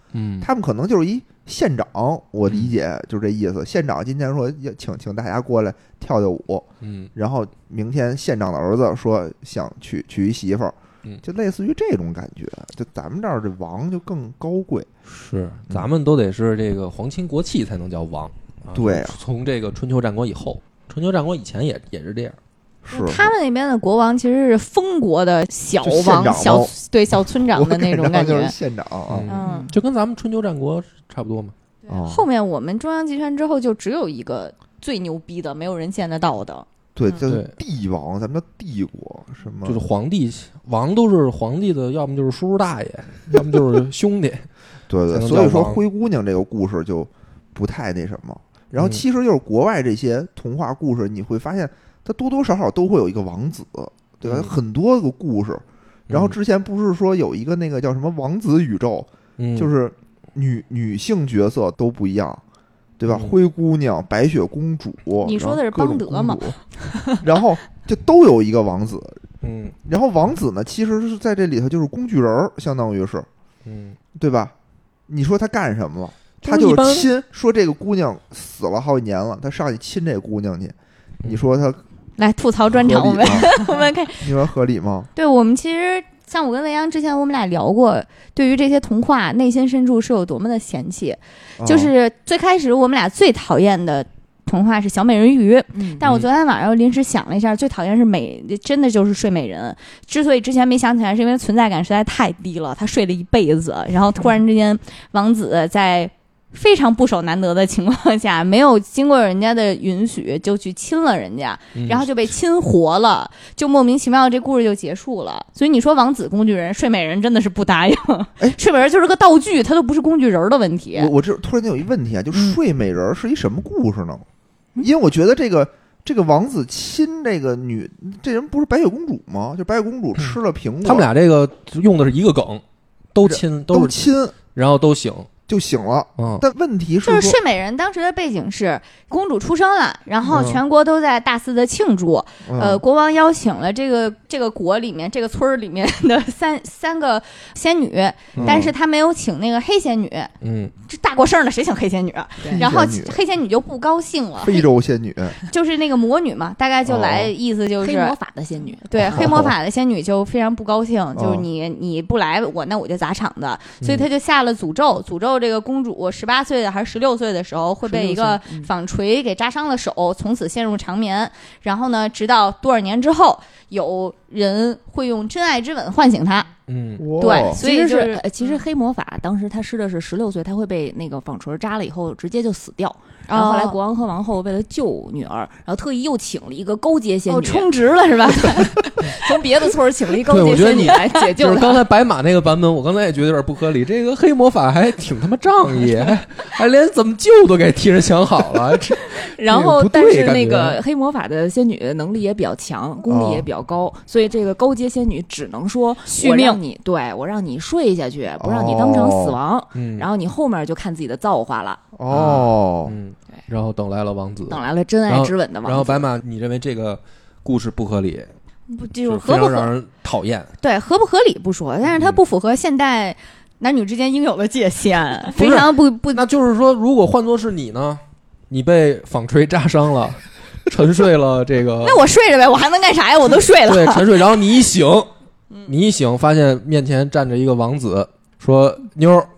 嗯， 他们可能就是一县长，我理解就是这意思。县长今天说要请请大家过来跳跳舞， 嗯， 然后明天县长的儿子说想娶娶一媳妇儿， 嗯， 就类似于这种感觉。就咱们这儿这王就更高贵， 是，咱们都得是这个皇亲国戚才能叫王。啊、 对、啊， 从这个春秋战国以后，春秋战国以前也也是这样。 是他们那边的国王其实是封国的小王，小对小村长的那种感觉， 就是县长啊， 嗯， 就跟咱们春秋战国差不多嘛。 哦、 后面我们中央集权之后，就只有一个最牛逼的，没有人见得到的。 对， 嗯、 就是帝王，咱们叫帝国，什么就是皇帝，王都是皇帝的，要么就是叔叔大爷，要么就是兄弟。 对对，所以说灰姑娘这个故事就不太那什么。然后其实就是国外这些童话故事，你会发现。它多多少少都会有一个王子，对吧？嗯、很多个故事。然后之前不是说有一个那个叫什么王子宇宙， 嗯、 就是女女性角色都不一样，对吧？ 嗯、 灰姑娘、白雪公主， 你说的是邦德吗？ 然后就都有一个王子， 嗯。 然后王子呢，其实是在这里头就是工具人，相当于是， 嗯， 对吧？你说他干什么了？他就是亲，说这个姑娘死了好几年了，他上去亲这姑娘去，你说他。 来吐槽专场，我们我们看， 你说合理吗？ 对，我们其实像我跟未央之前我们俩聊过，对于这些童话内心深处是有多么的嫌弃。 哦、 就是最开始我们俩最讨厌的童话是小美人鱼， 嗯、 但我昨天晚上临时想了一下，最讨厌是美，真的就是睡美人。之所以之前没想起来，是因为存在感实在太低了，他睡了一辈子，然后突然之间王子在。非常不守难得的情况下，没有经过人家的允许就去亲了人家， 嗯、 然后就被亲活了，就莫名其妙的这故事就结束了。所以你说王子工具人睡美人真的是不答应， 哎， 睡美人就是个道具，它都不是工具人的问题。 我我这突然间有一问题啊，就睡美人是一什么故事呢？嗯、因为我觉得这个这个王子亲这个女，这人不是白雪公主吗？就白雪公主吃了苹果， 他们俩这个用的是一个梗，都亲都亲， 然后都醒。 就醒了， 嗯， 但问题是就是睡美人当时的背景是公主出生了，然后全国都在大肆的庆祝， 嗯、 呃，国王邀请了这个这个国里面这个村儿里面的三三个仙女， 嗯、 但是他没有请那个黑仙女， 嗯， 这大过事儿呢，谁请黑仙女啊？然后黑仙女就不高兴了， 非洲仙女就是那个魔女嘛，大概就来意思就是、 哦、黑魔法的仙女， 对， 哦、 黑魔法的仙女就非常不高兴， 哦、 就是你你不来我那我就砸场子，所以他就下了诅咒，诅咒这个公主。十八岁的还是十六岁的时候会被一个纺锤给扎伤了手，嗯、从此陷入长眠。然后呢，直到多少年之后，有人会用真爱之吻唤醒他。 嗯， 对，所以就是其实是其实黑魔法当时他施的是十六岁，他会被那个纺锤扎了以后直接就死掉。然后后来国王和王后为了救女儿，然后特意又请了一个高阶仙女， 哦、充值了是吧？ 从别的村请了一高阶仙女来解救。 就是刚才白马那个版本，我刚才也觉得有点不合理。这个黑魔法还挺他妈仗义，还还连怎么救都给替人想好了。 然后，但是那个黑魔法的仙女能力也比较强，功力也比较高，哦、所以这个高阶仙女只能说续命， 我让你对我让你睡下去，不让你当场死亡。 嗯、 然后你后面就看自己的造化了。 哦， 嗯。然后等来了王子， 等来了真爱之吻的王子。 然后白马，你认为这个故事不合理？ 不，就是合不合让人讨厌？ 对，合不合理不说，但是它不符合现代男女之间应有的界限，非常不不。 那就是说，如果换作是你呢？你被纺锤扎伤了，沉睡了，这个那我睡着呗，我还能干啥呀？我都睡了。 对，沉睡，然后你一醒，你一醒发现面前站着一个王子，说妞儿。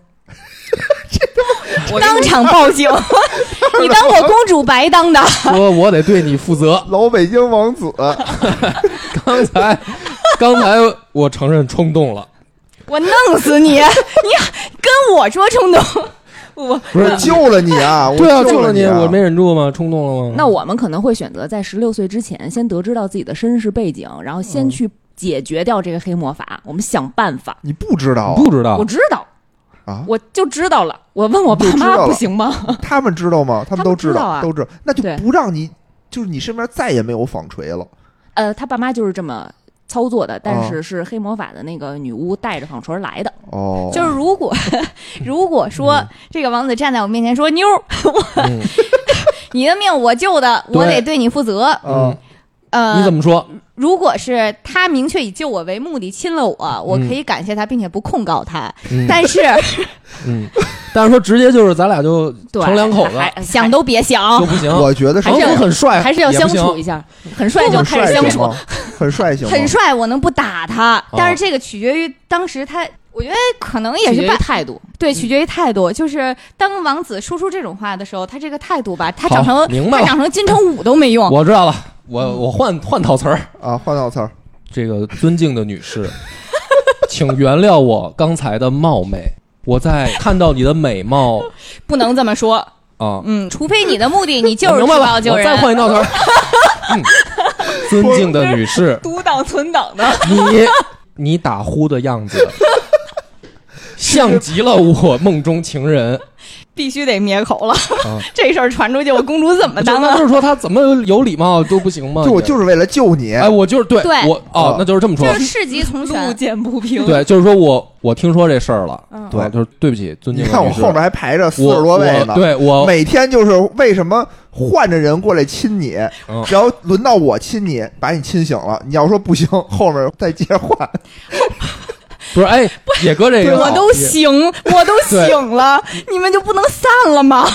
当场报警！你当我公主白当的？ 说我得对你负责。 老北京王子， 刚才刚才我承认冲动了， 我弄死你！你跟我说冲动， 我不是救了你啊！ 对啊， 救了你、啊， 我没忍住吗？冲动了吗？ 那我们可能会选择在十六岁之前先得知到自己的身世背景，然后先去解决掉这个黑魔法。嗯、我们想办法。 你不知道、啊？ 不知道？ 我知道。 啊！ 我就知道了，我问我爸妈不行吗？ 他们知道吗？他们都知道， 知道啊， 都知道。那就不让你，就是你身边再也没有纺锤了。 呃，他爸妈就是这么操作的，但是是黑魔法的那个女巫带着纺锤来的。 哦， 就是如果如果说、嗯、这个王子站在我面前说妞儿，嗯、你的命我救的，我得对你负责。 嗯。 呃， 你怎么说？ 如果是他明确以救我为目的亲了我，我可以感谢他，并且不控告他。 嗯、 但是， 嗯，但是说直接就是咱俩就成两口子， 想都别想就不行。 我觉得还是很帅， 还是要相处一下，很帅就开始相处， 很帅行吗？ 很帅，我能不打他？哦、但是这个取决于当时他。我觉得可能也是态度， 对，取决于态度。就是当王子说出这种话的时候，他这个态度吧，他长成他长成金城武都没用。 我知道了，我我换换套词儿啊，换套词儿。 这个尊敬的女士，请原谅我刚才的冒昧。我在看到你的美貌， 不能这么说啊， 嗯，除非你的目的你就是出道救人。 我再换一套词儿。嗯，尊敬的女士， 独挡存档的你，你打呼的样子。像极了我梦中情人， 必须得灭口了。啊、这事儿传出去，我公主怎么当啊？ 就是说他怎么有礼貌都不行吗？ 就我就是为了救你。 哎，我就是对， 对我哦，那就是这么说， 就是世极从权， 路见不平。 对，就是说我我听说这事儿了， 嗯、 对，就是对不起，尊敬的女士。 你看我后面还排着四十多位呢， 我对我每天就是为什么换着人过来亲你，嗯、只要轮到我亲你，把你亲醒了，你要说不行，后面再接着换。 不是，哎，野哥这个我都醒，我都醒了，你们就不能散了吗？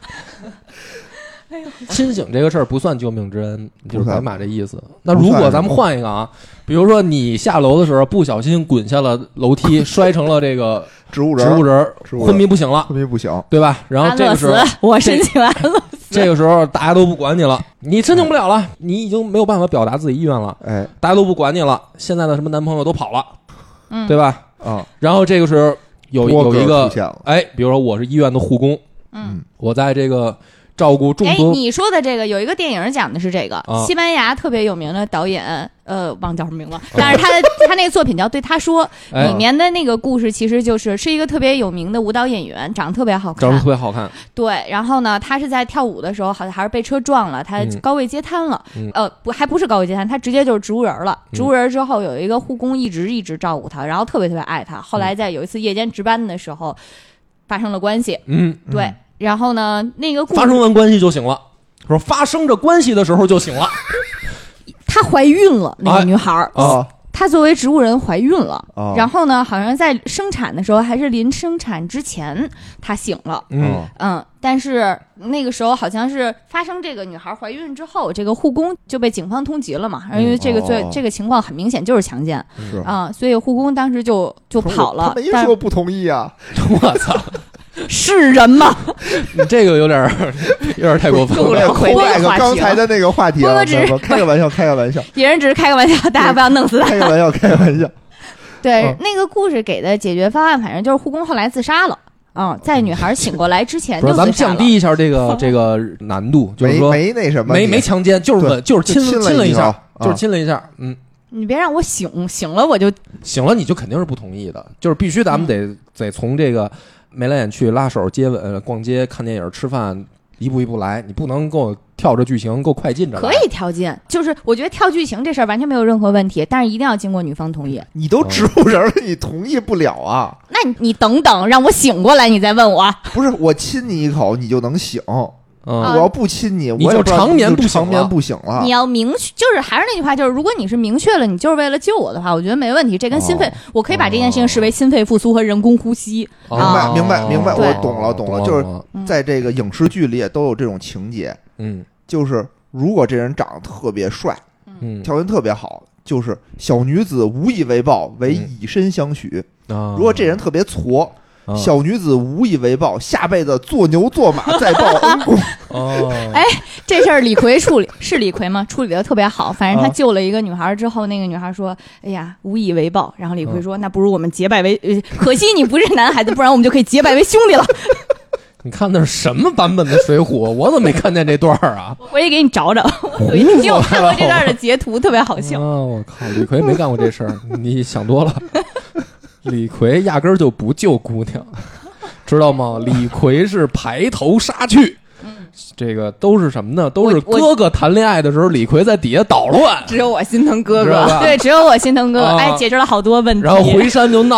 亲醒这个事儿不算救命之恩，就是白马这意思。那如果咱们换一个啊，比如说你下楼的时候不小心滚下了楼梯，摔成了这个植物人， 植物人昏迷不醒了， 昏迷不醒， 对吧？然后这个时候我申请安乐死， 这个时候大家都不管你了，你申请不了了，你已经没有办法表达自己意愿了， 哎， 大家都不管你了，现在的什么男朋友都跑了。 嗯， 对吧？ 啊、嗯， 然后这个时候有有一个，哎，比如说我是医院的护工， 嗯， 我在这个照顾众多。 哎，你说的这个有一个电影讲的是这个， 啊、 西班牙特别有名的导演，呃，忘叫什么名了，但是他的他那个作品叫《对他说》， 哎、 里面的那个故事其实就是是一个特别有名的舞蹈演员，长得特别好看， 长得特别好看。 对，然后呢，他是在跳舞的时候，好像还是被车撞了，他高位截瘫了， 嗯、 呃，不，还不是高位截瘫，他直接就是植物人了。植物人之后有一个护工一直一直照顾他，然后特别特别爱他。后来在有一次夜间值班的时候，发生了关系。 嗯， 对。然后呢，那个发生完关系就醒了，说发生着关系的时候就醒了。 她怀孕了，那个女孩儿。 啊。 她作为植物人怀孕了， 哦、 然后呢，好像在生产的时候还是临生产之前，她醒了。 嗯嗯，但是那个时候好像是发生这个女孩怀孕之后，这个护工就被警方通缉了嘛，因为这个罪、 哦、 这个情况很明显就是强奸， 是啊、嗯，所以护工当时就就跑了。 他没说不同意啊！ 我操！ 是人吗？ 你这个有点有点太过分了。 回那个刚才的那个话题了， 我只是开个玩笑，开个玩笑， 别人只是开个玩笑，大家不要弄死他。 开个玩笑，开个玩笑。 对、 嗯， 那个故事给的解决方案，反正就是护工后来自杀了。啊、嗯，在女孩醒过来之前就自杀了。 咱们降低一下这个这个难度，就是说没没那什么， 没没强奸，就是吻，就是亲亲亲了一下， 啊、 就是亲了一下，嗯。 你别让我醒，醒了我就醒了，你就肯定是不同意的，就是必须咱们得、嗯、得从这个眉来眼去、拉手、接吻、逛街、看电影、吃饭，一步一步来，你不能够跳着剧情够快进着。 可以跳进，就是我觉得跳剧情这事儿完全没有任何问题，但是一定要经过女方同意。 你都植物人了，你同意不了啊？ 那你你等等，让我醒过来，你再问我。 不是我亲你一口，你就能醒。 嗯， 我要不亲你， 你就长眠不醒， 长眠不醒了。 你要明确，就是还是那句话，就是如果你是明确了，你就是为了救我的话，我觉得没问题。这跟心肺，哦、我可以把这件事情视为心肺复苏和人工呼吸。 哦、啊、明白，明白，明白，我懂了，懂了。就是嗯在这个影视剧里也都有这种情节。 嗯， 就是如果这人长得特别帅， 嗯， 条件特别好，就是小女子无以为报，为以身相许。 嗯、 如果这人特别矬。小女子无以为报，下辈子做牛做马再报恩公。 哦， 哎，这事儿李逵处理是李逵吗？处理的特别好。反正他救了一个女孩之后，那个女孩说：“哎呀，无以为报。”然后李逵说：“那不如我们结拜为……呃，可惜你不是男孩子，不然我们就可以结拜为兄弟了。” 你看那是什么版本的《水浒》？我怎么没看见这段啊？ 我回去给你找找。我因为我看过这段的截图，特别好笑。 啊！我靠，李逵没干过这事儿，你想多了。李逵压根儿就不救姑娘，知道吗？李逵是排头杀去，这个都是什么呢？都是哥哥谈恋爱的时候，李逵在底下捣乱。 只有我心疼哥哥，对，只有我心疼哥哥。 啊、 哎，解决了好多问题。 然后回山就闹，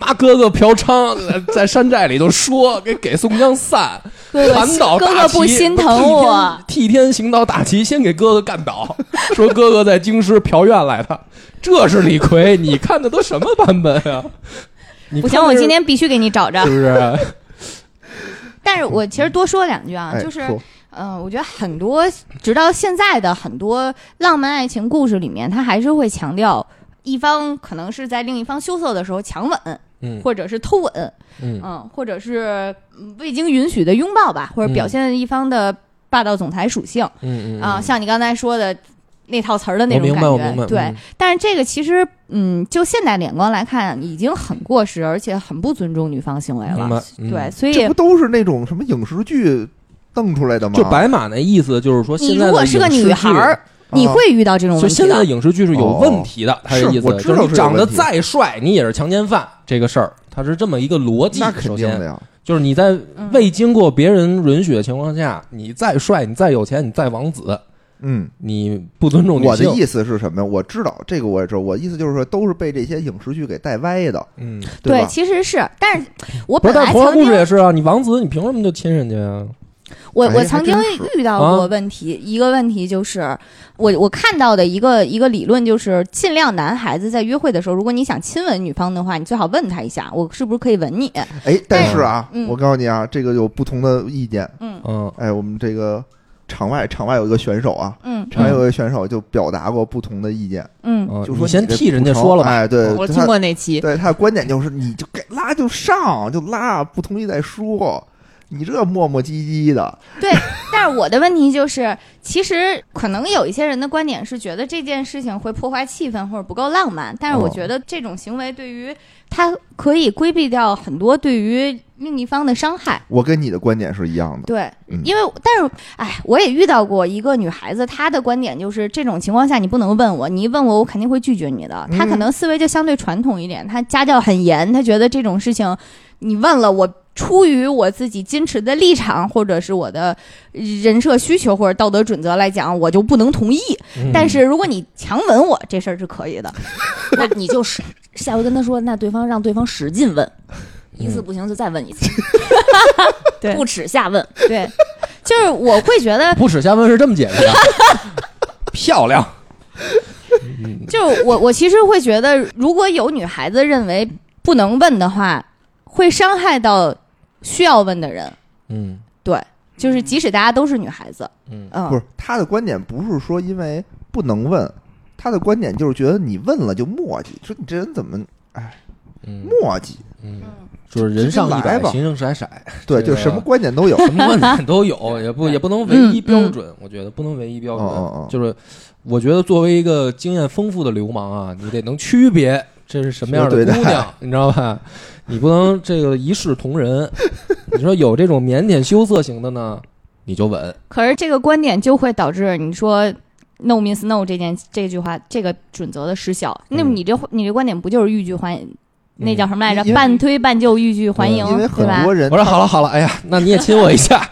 妈哥哥嫖娼，在山寨里头说给给宋江散，传导哥哥不心疼我， 替天行道大旗先给哥哥干倒，说哥哥在京师嫖院来的，这是李逵，你看的都什么版本啊？ 不行，我今天必须给你找着， 是不是？ 但是我其实多说两句啊， 哎、 就是。嗯、呃，我觉得很多直到现在的很多浪漫爱情故事里面，他还是会强调一方可能是在另一方羞涩的时候强吻， 嗯， 或者是偷吻， 嗯， 嗯或者是未经允许的拥抱吧，或者表现一方的霸道总裁属性， 嗯嗯啊、呃，像你刚才说的那套词儿的那种感觉，对、 嗯。 但是这个其实，嗯，就现代眼光来看，已经很过时，而且很不尊重女方行为了， 嗯、 对，所以这不都是那种什么影视剧瞪出来的吗？ 就白马那意思就是说，现在的你如果是个女孩儿，你会遇到这种问题的。 就现在的影视剧是有问题的，他的意思就是你长得再帅，你也是强奸犯这个事儿，它是这么一个逻辑。 那肯定的呀， 就是你在未经过别人允许的情况下，你再帅，你再有钱，你再王子， 嗯， 你不尊重女性。 我的意思是什么呀？我知道这个，我也知道。我意思就是说，都是被这些影视剧给带歪的。 嗯， 对吧， 对，其实是，但是我不是，但本来同样故事也是啊，你王子，你凭什么就亲人家呀？ 我哎我曾经遇到过问题，一个问题就是我我看到的一个一个理论就是，尽量男孩子在约会的时候，如果你想亲吻女方的话，你最好问他一下，我是不是可以吻你？ 哎，但是啊， 嗯、 我告诉你啊，这个有不同的意见。 嗯嗯，哎，我们这个场外场外有一个选手啊， 嗯， 场外有一个选手就表达过不同的意见。 嗯， 就说你先替人家说了吧。 哎，对， 我听过那期。 对，他的观点就是，你就该拉就上，就拉，不同意再说。你这磨磨唧唧的， 对，但是我的问题就是，其实可能有一些人的观点是觉得这件事情会破坏气氛或者不够浪漫，但是我觉得这种行为对于他可以规避掉很多对于另一方的伤害。 我跟你的观点是一样的， 对， 嗯、 因为但是哎，我也遇到过一个女孩子，她的观点就是这种情况下你不能问我，你一问我我肯定会拒绝你的。她可能思维就相对传统一点，她家教很严，她觉得这种事情你问了我。出于我自己矜持的立场，或者是我的人设需求或者道德准则来讲，我就不能同意。嗯、但是如果你强吻我，这事儿是可以的。 那你就是下回跟他说，那对方让对方使劲问，一次不行就再问一次， 对， 不耻下问。 对，就是我会觉得不耻下问是这么解释的，漂亮。 就我我其实会觉得，如果有女孩子认为不能问的话，会伤害到需要问的人。 嗯， 对，就是即使大家都是女孩子， 嗯， 嗯不是他的观点不是说因为不能问，他的观点就是觉得你问了就磨叽，说你这人怎么哎， 嗯、 磨叽， 嗯，就是人上一百，形形色色， 对，就什么观点都有， 什么观点都有，也不也不能唯一标准，嗯、我觉得不能唯一标准， 嗯嗯、 就是我觉得作为一个经验丰富的流氓啊，你得能区别这是什么样的姑娘，你知道吧？你不能这个一视同仁。你说有这种腼腆羞涩型的呢，你就稳。 可是这个观点就会导致你说 no means no 这件这句话这个准则的失效。嗯、那么你这你这观点不就是欲拒还迎？嗯、那叫什么来着？半推半就，欲拒还迎， 因为很多人我说好了好了，哎呀，那你也亲我一下。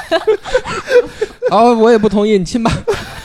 好，我也不同意，你亲吧。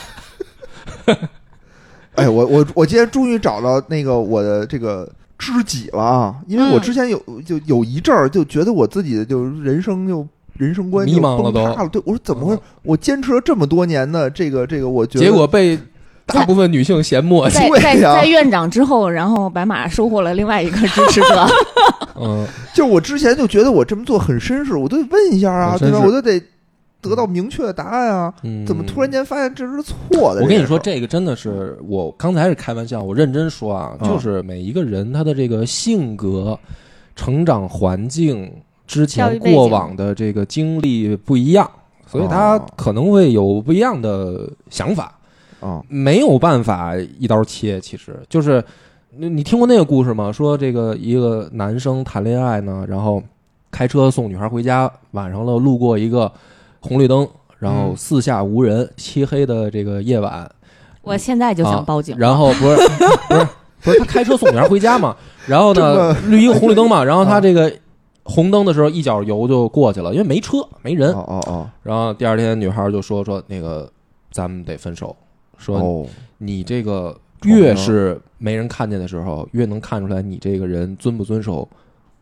哎，我我我今天终于找到那个我的这个知己了啊！因为我之前有、嗯、就有一阵儿就觉得我自己的就人生就人生观迷茫了都。 了对，我说怎么会？嗯、我坚持了这么多年的这个这个，我觉得结果被大部分女性嫌磨叽。 在在在院长之后，然后白马收获了另外一个支持者。 嗯，就是我之前就觉得我这么做很绅士，我都得问一下啊，对吧？我都得。得到明确的答案啊！ 嗯、 怎么突然间发现这是错的？ 我跟你说，这个真的是我刚才是开玩笑，我认真说啊，嗯、就是每一个人他的这个性格、成长环境、之前过往的这个经历不一样，所以他可能会有不一样的想法啊， 没有办法一刀切。其实就是你听过那个故事吗？说这个一个男生谈恋爱呢，然后开车送女孩回家，晚上了路过一个。红绿灯，然后四下无人，嗯、漆黑的这个夜晚， 我现在就想报警。 啊、然后不是不是不是他开车送女孩回家嘛，然后呢绿一个红绿灯嘛，然后他这个红灯的时候一脚油就过去了，因为没车没人。 哦哦哦。 然后第二天女孩就说说那个咱们得分手，说你这个越是没人看见的时候，越能看出来你这个人遵不遵守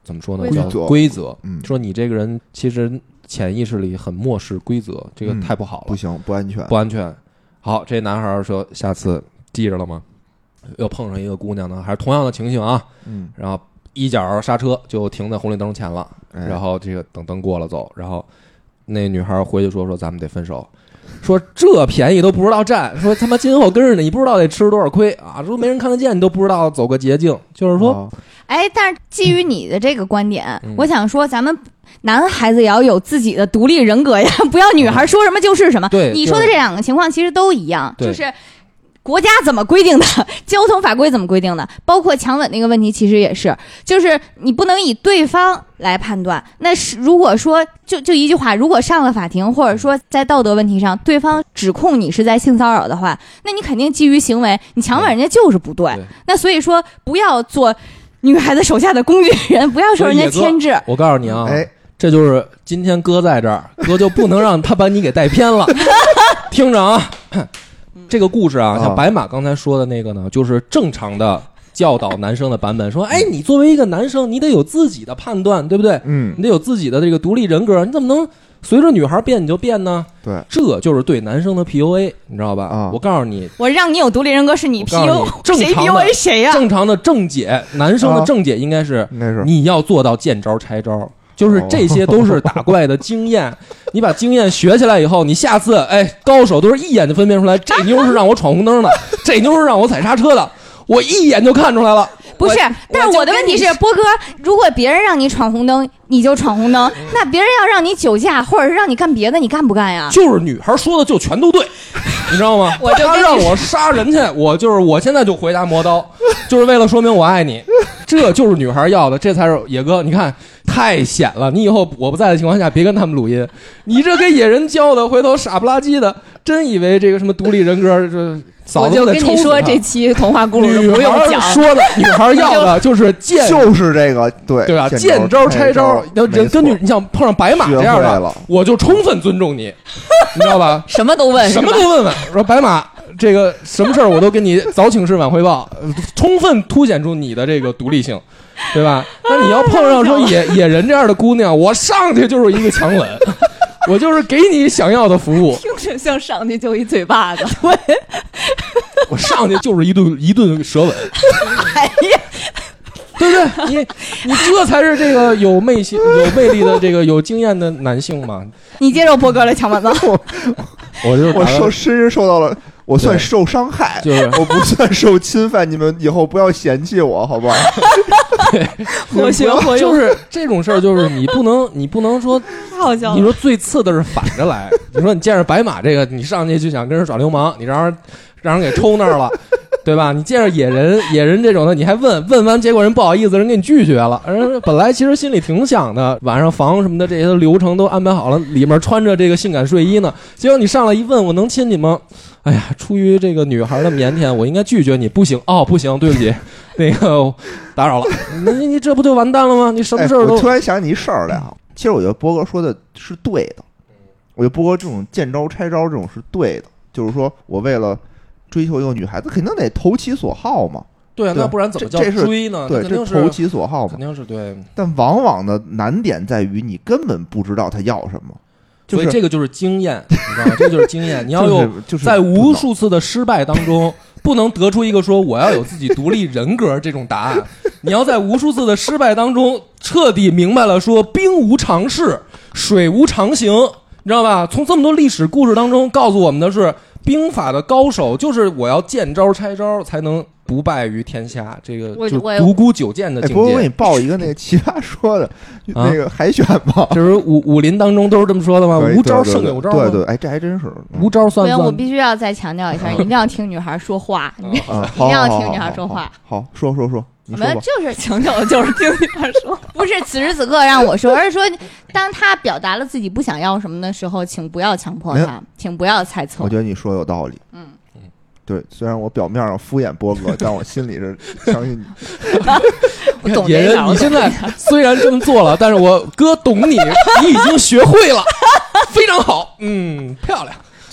怎么说呢？ 规则叫规则。 嗯， 说你这个人其实潜意识里很漠视规则，这个太不好了， 嗯、不行，不安全， 不安全。好，这男孩说下次记着了吗？又碰上一个姑娘呢，还是同样的情形啊。 嗯， 然后一脚刹车就停在红绿灯前了， 哎、 然后这个等灯过了走，然后那女孩回去说说咱们得分手。说这便宜都不知道占，说他妈今后跟着你，你不知道得吃多少亏啊！说没人看得见，你都不知道走个捷径，就是说， 哦、 哎，但是基于你的这个观点， 嗯、 我想说，咱们男孩子也要有自己的独立人格呀，不要女孩说什么就是什么。 对， 你说的这两个情况其实都一样， 对就是国家怎么规定的，交通法规怎么规定的，包括强吻那个问题，其实也是，就是你不能以对方来判断。那是如果说就就一句话，如果上了法庭，或者说在道德问题上，对方指控你是在性骚扰的话，那你肯定基于行为，你强吻人家就是不对。 对那所以说，不要做女孩子手下的工具人，不要受人家牵制。 我告诉你啊， 哎， 这就是今天哥在这儿，哥就不能让他把你给带偏了。听着啊。这个故事啊，像白马刚才说的那个呢，就是正常的教导男生的版本，说，哎，你作为一个男生，你得有自己的判断，对不对？ 嗯， 你得有自己的这个独立人格，你怎么能随着女孩变你就变呢？ 对， 这就是对男生的 P U A， 你知道吧？ 啊， 我告诉你， 我让你有独立人格是你 P U A， 谁 P U A 谁呀？ 正常的正解，男生的正解应该是， 应该是你要做到见招拆招。就是这些都是打怪的经验，你把经验学起来以后，你下次哎，高手都是一眼就分辨出来，这妞是让我闯红灯的，这妞是让我踩刹车的，我一眼就看出来了。 不是，但是我的问题是，波哥，如果别人让你闯红灯，你就闯红灯，那别人要让你酒驾，或者是让你干别的，你干不干呀？ 就是女孩说的就全都对，你知道吗？ 我就他让我杀人去，我就是我现在就回家磨刀，就是为了说明我爱你，这就是女孩要的，这才是野哥，你看太险了，你以后我不在的情况下别跟他们录音，你这给野人教的，回头傻不拉几的，真以为这个什么独立人格这。 我就跟你说，这期童话故事不用讲。 说的女孩要的就是见， 就是这个，对对吧？ 见招拆招，人根据你像碰上白马这样的，我就充分尊重你，你知道吧？ 什么都问， 什么都问问。说白马这个什么事儿我都跟你早请示晚汇报，充分凸显出你的这个独立性，对吧？那你要碰上说野野人这样的姑娘，我上去就是一个强吻。我就是给你想要的服务， 听着像上去就一嘴巴子， 对， 我上去就是一顿一顿舌吻， 哎呀， 对不对？你你这才是这个有魅性、有魅力的这个有经验的男性嘛？ 你接受波哥的强吻吗？ 我就我受深深受到了。我算受伤害， 就是我不算受侵犯，你们以后不要嫌弃我，好不好？ 对， 我学我就是这种事儿，就是你不能，你不能说， 太好笑了。 你说最次的是反着来，你说你见着白马这个，你上去就想跟人耍流氓，你让人让人给抽那儿了，对吧？你见着野人，野人这种的，你还问问完，结果人不好意思，人给你拒绝了。人本来其实心里挺想的，晚上房什么的这些流程都安排好了，里面穿着这个性感睡衣呢，结果你上来一问，我能亲你吗？哎呀，出于这个女孩的腼腆，我应该拒绝你，不行哦，不行，对不起，那个打扰了，那你你这不就完蛋了吗？你什么事儿都、 哎。我突然想起一事儿来哈，其实我觉得波哥说的是对的，我觉得波哥这种见招拆招这种是对的，就是说我为了追求一个女孩子，肯定得投其所好嘛。 对啊，那不然怎么叫追呢？ 对，这投其所好嘛， 肯定是对。 但往往的难点在于你根本不知道他要什么。 所以这个就是经验，你知道吗？这就是经验。你要有在无数次的失败当中，不能得出一个说我要有自己独立人格这种答案。你要在无数次的失败当中，彻底明白了说兵无常势，水无常形，你知道吧？从这么多历史故事当中告诉我们的是，兵法的高手就是我要见招拆招才能不败于天下，这个就独孤九剑的境界。 不过我给你报一个那个奇葩说的、啊、那个海选吧， 就是武武林当中都是这么说的吗？无招胜有招。 对 对, 对, 对，哎，这还真是无招算算。 我必须要再强调一下，一定要听女孩说话， 啊、 一定要听女孩说话。 好，好说说说。 我们就是强调的就是听女孩说， 不是此时此刻让我说，而是说，当他表达了自己不想要什么的时候，请不要强迫他，请不要猜测。 我觉得你说有道理。 嗯。 对，虽然我表面上敷衍波哥，但我心里是相信你。懂野人，你现在虽然这么做了，但是我哥懂你，你已经学会了，非常好，嗯，漂亮。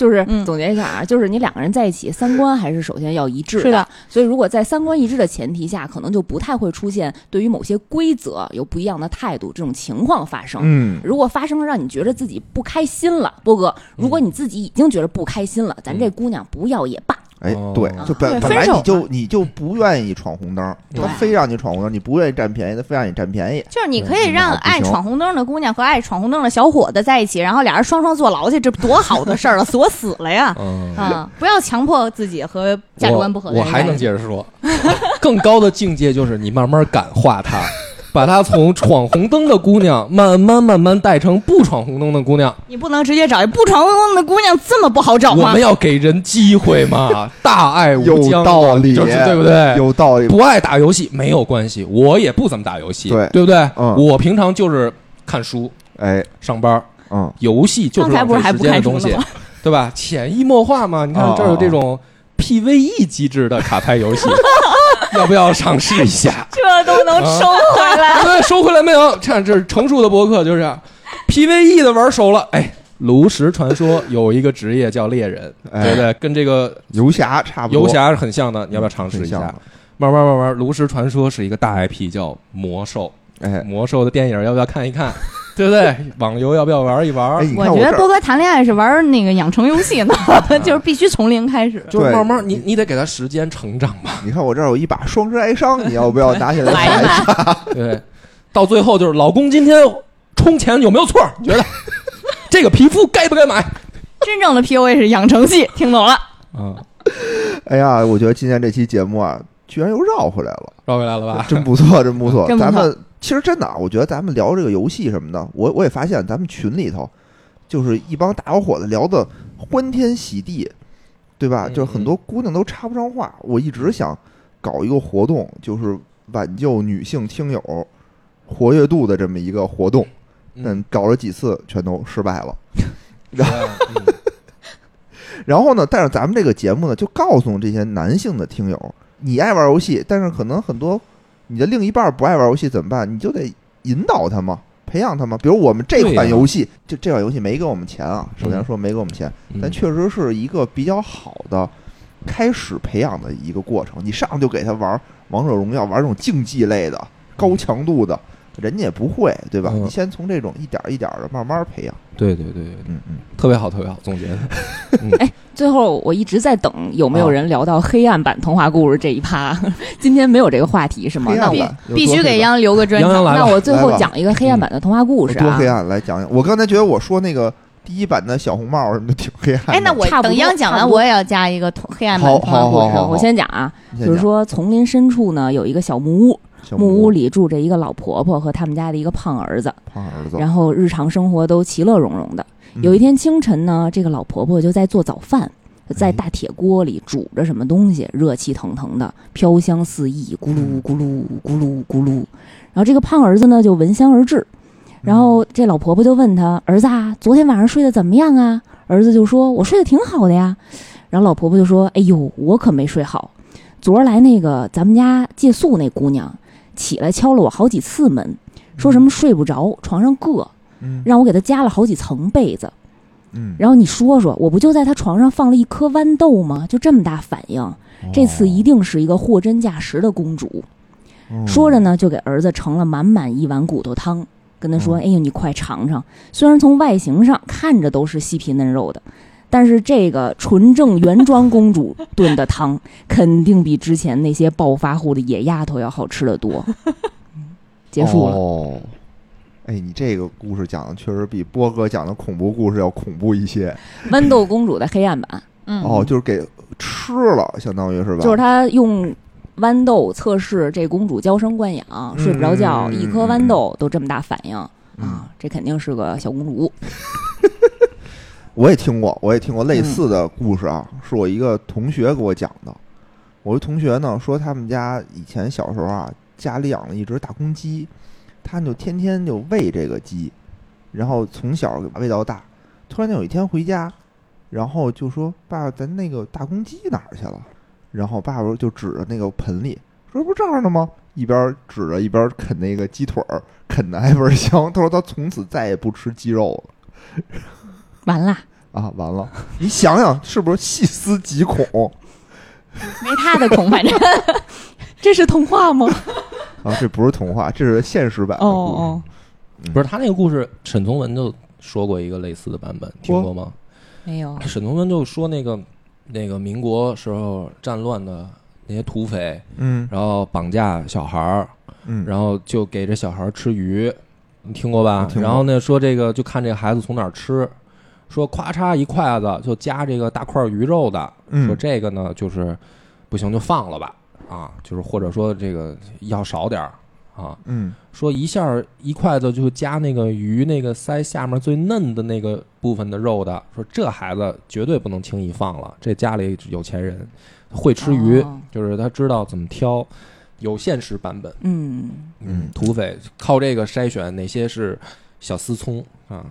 就是嗯总结一下啊，就是你两个人在一起，三观还是首先要一致是的。 所以如果在三观一致的前提下，可能就不太会出现对于某些规则有不一样的态度这种情况发生。 嗯， 如果发生了让你觉得自己不开心了，波哥，如果你自己已经觉得不开心了，咱这姑娘不要也罢。 哎哦， 对，就本对本来分手你就嘛你就不愿意闯红灯，他对非让你闯红灯，你不愿意占便宜，他非让你占便宜。 就是你可以让嗯那不行爱闯红灯的姑娘和爱闯红灯的小伙子在一起，然后俩人双双坐牢去，这多好的事儿了，锁死了呀！ 嗯， 啊，不要强迫自己和价值观不合的我我还人在一起。 能接着说，更高的境界就是你慢慢感化她，把她从闯红灯的姑娘慢慢慢慢带成不闯红灯的姑娘。 你不能直接找一不闯红灯的姑娘这么不好找吗我们？要给人机会嘛，大爱无疆， 有道理就是对不对？ 有道理。 不爱打游戏没有关系，我也不怎么打游戏， 对对不对？ 嗯我平常就是看书、 哎， 上班， 嗯， 游戏就是浪费时间的东西，对吧？潜移默化嘛。你看哦这儿有这种 P V E 机制的卡牌游戏，要不要尝试一下？ 这都能收回来。 对，收回来没有？看这是成熟的博客就是这样 P V E 的玩熟了，哎。炉石传说有一个职业叫猎人， 哎对不对？跟这个游侠差不多， 游侠是很像的，你要不要尝试一下很像的？ 慢慢慢慢，炉石传说是一个大 I P， 叫魔兽。 哎魔兽的电影要不要看一看？对不对？网游要不要玩一玩？ 哎，你我看这儿觉得波哥谈恋爱是玩那个养成游戏呢，就是必须从零开始。 就是对慢慢，你你得给他时间成长吧。 你看我这儿有一把双之哀伤，你要不要拿起来来打一下？ 吧， 对，到最后就是老公今天充钱有没有错？你觉得这个皮肤该不该买？ 真正的 P U A 是养成系，听懂了？ 啊， 哎呀，我觉得今天这期节目啊，居然又绕回来了， 绕回来了吧？ 真不错，真不错。 真不错咱们其实真的啊，我觉得咱们聊这个游戏什么的，我我也发现咱们群里头就是一帮大小伙子聊的欢天喜地，对吧？ 嗯就是很多姑娘都插不上话。我一直想搞一个活动，就是挽救女性听友活跃度的这么一个活动，但嗯， 搞了几次全都失败了。 然后嗯然后呢，但是咱们这个节目呢，就告诉这些男性的听友，你爱玩游戏，但是可能很多你的另一半不爱玩游戏怎么办？你就得引导他嘛，培养他嘛。比如我们这对呀款游戏，这这款游戏没给我们钱啊，首先说没给我们钱， 嗯但确实是一个比较好的开始培养的一个过程。你上来就给他玩王者荣耀，玩这种竞技类的、高强度的，人家也不会，对吧？ 嗯你先从这种一点一点的慢慢培养。 对对对对， 嗯嗯， 特别好，特别好，总结的。嗯哎，最后我一直在等有没有人聊到黑暗版童话故事这一趴，今天没有这个话题是吗？那我黑暗版有必须给多黑暗杨留个专场。 杨洋来吧那我最后来吧讲一个黑暗版的童话故事啊多黑。暗，来讲讲。我刚才觉得我说那个第一版的小红帽什么的挺黑暗的。 哎，那我差不多等杨讲完， 差不多我也要加一个童黑暗版好童话故事。 好好我先讲啊， 你先讲就是说丛林深处呢有一个小木屋， 小木屋里住着一个老婆婆和他们家的一个胖儿子， 胖儿子， 然后日常生活都其乐融融的。 嗯有一天清晨呢，这个老婆婆就在做早饭，在大铁锅里煮着什么东西，热气腾腾的，飘香四溢，咕噜咕噜咕噜咕噜。然后这个胖儿子呢就闻香而至，然后这老婆婆就问他：“儿子啊，昨天晚上睡得怎么样啊？”儿子就说：“我睡得挺好的呀。”然后老婆婆就说：“哎呦，我可没睡好，昨儿来那个咱们家借宿那姑娘起来敲了我好几次门，说什么睡不着，床上硌。” 嗯让我给他加了好几层被子， 嗯， 然后你说说，我不就在他床上放了一颗豌豆吗？就这么大反应， 哦这次一定是一个货真价实的公主。 哦说着呢，就给儿子盛了满满一碗骨头汤，跟他说：“ 哦哎呦，你快尝尝。虽然从外形上看着都是细皮嫩肉的，但是这个纯正原装公主炖的汤，肯定比之前那些暴发户的野丫头要好吃得多。”结束了。 哦，哎，你这个故事讲的确实比波哥讲的恐怖故事要恐怖一些。 豌豆公主的黑暗版。 嗯， 哦，就是给吃了，相当于是吧？ 就是他用豌豆测试这公主娇生惯养， 嗯睡不着觉， 嗯一颗豌豆都这么大反应、 嗯啊！这肯定是个小公主。 我也听过，我也听过类似的故事啊，是我一个同学给我讲的。我一同学呢说，他们家以前小时候啊，家里养了一只大公鸡，他就天天就喂这个鸡，然后从小喂到大。突然间有一天回家，然后就说：“爸爸，咱那个大公鸡哪儿去了？”然后爸爸就指着那个盆里说：“这不这儿呢吗？”一边指着一边啃那个鸡腿儿，啃的还倍儿香。他说他从此再也不吃鸡肉了。 完了， 啊，完了，你想想是不是细思极恐没他的恐，反正这是童话吗？ 啊？这不是童话，这是现实版的哦故事。 哦， 不是他那个故事，沈从文就说过一个类似的版本，听过吗？ 没有。 沈从文就说那个那个民国时候战乱的那些土匪， 嗯然后绑架小孩儿， 嗯， 然后就给这小孩吃鱼，你听过吧？ 听过然后呢，说这个就看这个孩子从哪儿吃，说咵嚓一筷子就夹这个大块鱼肉的， 嗯说这个呢就是不行就放了吧，啊，就是或者说这个要少点儿啊， 嗯说一下一筷子就夹那个鱼那个腮下面最嫩的那个部分的肉的，说这孩子绝对不能轻易放了，这家里有钱人会吃鱼， 哦就是他知道怎么挑。有现实版本， 嗯， 嗯，土匪靠这个筛选哪些是小思聪啊？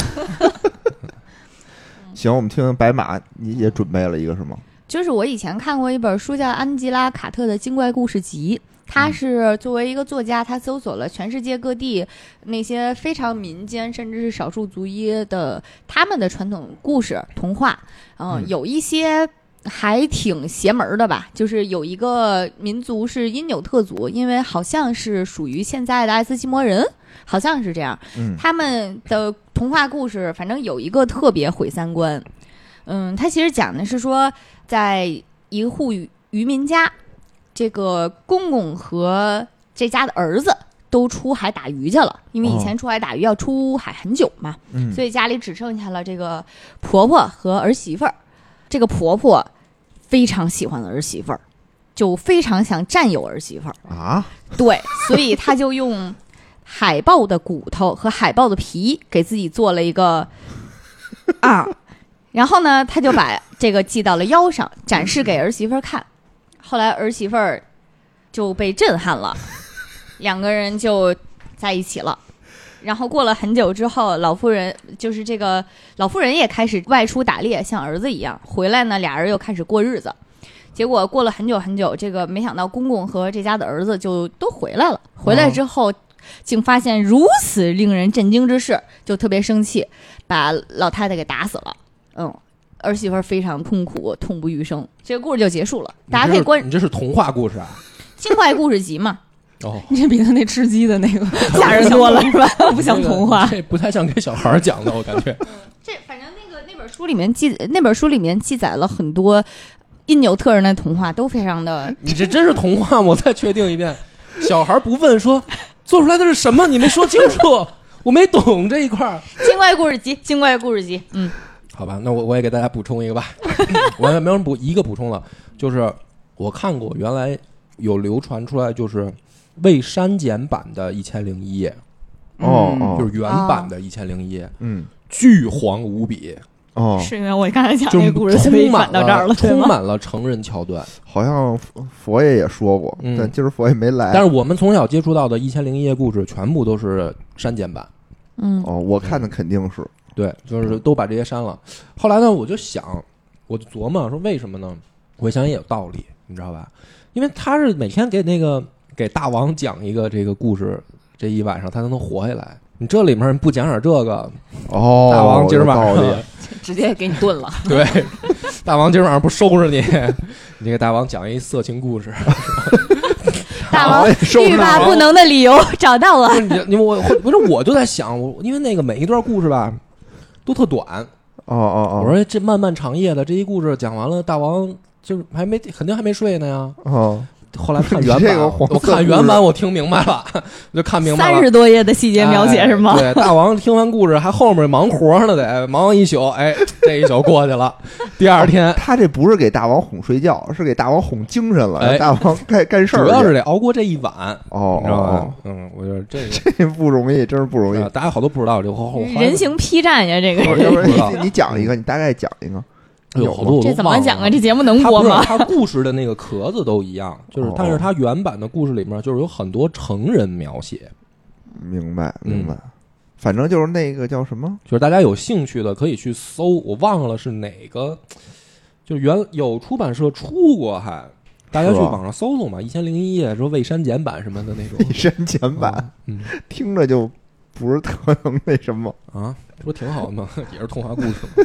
行，我们听听白马，你也准备了一个是吗？ 就是我以前看过一本书叫《安吉拉·卡特的精怪故事集》，他是作为一个作家，他搜索了全世界各地那些非常民间甚至是少数族裔的他们的传统故事童话，嗯、呃，有一些还挺邪门的吧，就是有一个民族是因纽特族，因为好像是属于现在的爱斯基摩人，好像是这样。 嗯， 他们的童话故事反正有一个特别毁三观。嗯，他其实讲的是说，在一户渔民家，这个公公和这家的儿子都出海打鱼去了，因为以前出海打鱼要出海很久嘛， 嗯， 所以家里只剩下了这个婆婆和儿媳妇儿。这个婆婆非常喜欢儿媳妇儿，就非常想占有儿媳妇儿啊。 对，所以她就用海豹的骨头和海豹的皮给自己做了一个啊，然后呢，她就把这个系到了腰上，展示给儿媳妇儿看。后来儿媳妇儿就被震撼了，两个人就在一起了。然后过了很久之后，老妇人就是这个老妇人也开始外出打猎，像儿子一样回来呢，俩人又开始过日子。结果过了很久很久，这个没想到公公和这家的儿子就都回来了。回来之后，竟发现如此令人震惊之事，就特别生气，把老太太给打死了。嗯，儿媳妇非常痛苦，痛不欲生。这个故事就结束了，大家可以关。 你这是童话故事啊？ 精怪故事集嘛。 哦， 你这比他那吃鸡的那个吓人多了是吧？不像童话， 这不太像给小孩讲的，我感觉。 这反正那个那本书里面记那本书里面记载了很多因纽特人的童话，都非常的。 你这真是童话吗？我再确定一遍，小孩不问说做出来的是什么，你没说清楚，我没懂这一块。 精怪故事集，精怪故事集，嗯， 好吧，那我我也给大家补充一个吧，我也没有补一个补充了，就是我看过原来有流传出来就是未删减版的《一千零一夜》， 哦哦， 就是原版的《一千零一夜》， 嗯， 巨黄无比， 哦， 是因为我刚才讲就是那个故事，所以充满转到这儿了，对充吗？ 满了成人桥段。 好像佛爷也说过， 嗯但今儿佛爷没来。 但是我们从小接触到的《一千零一夜》故事，全部都是删减版。 嗯， 哦，我看的肯定是， 对，就是都把这些删了。后来呢，我就想，我就琢磨说为什么呢？我想也有道理，你知道吧？因为他是每天给那个给大王讲一个这个故事，这一晚上他才能活下来。你这里面不讲点这个， 哦， 大王今儿晚上有道理直接给你炖了。 对，大王今儿晚上不收拾你，你给大王讲一色情故事。 大王也受欲罢不能的理由找到了。 你你我不是我就在想，我因为那个每一段故事吧都特短， 哦哦哦， 我说这漫漫长夜的这一故事讲完了，大王就还没肯定还没睡呢呀。 哦， 后来看原你这版， 个黄色我看原版我听明白了，我就看明白了。 三十多页的细节描写哎是吗？ 对，大王听完故事还后面忙活呢，得忙一宿，哎，这一宿过去了。第二天， 他这不是给大王哄睡觉，是给大王哄精神了， 哎让大王干干事儿去。 主要是得熬过这一晚， 哦你知道吧哦？ 嗯，我觉得这个这不容易，真是不容易。 啊大家好多不知道这个后后人形劈战呀，这个我要不然不知道你你讲一个，你大概讲一个。 有好多我都这怎么忘了讲啊？这节目能它不是播吗？ 它故事的那个壳子都一样，就是哦但是它原版的故事里面就是有很多成人描写， 明白嗯明白，反正就是那个叫什么就是大家有兴趣的可以去搜，我忘了是哪个，就是原有出版社出过还。大家去是吧网上搜搜嘛，《一千零一夜》说未删减版什么的那种一删减版， 嗯听着就不是特能那什么。 啊，这不挺好的吗？也是童话故事吗？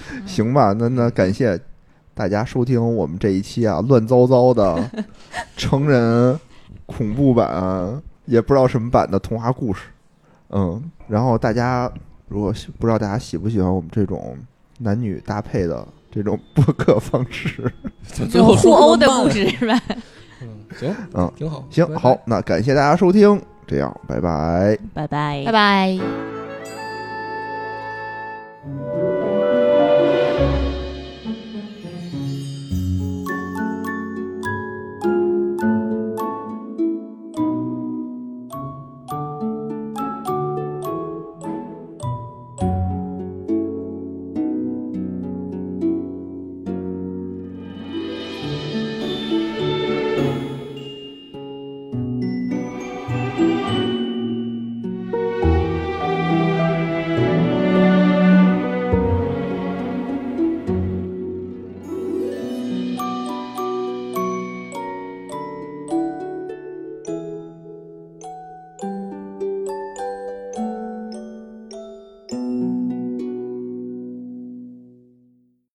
行吧，那那感谢大家收听我们这一期啊乱糟糟的成人恐怖版，也不知道什么版的童话故事。嗯，然后大家如果不知道大家喜不喜欢我们这种男女搭配的这种播客方式， 最后互殴的故事是吧？ 嗯，行， 嗯， 挺好。 行，好，那感谢大家收听，这样，拜拜， 拜拜， 拜拜。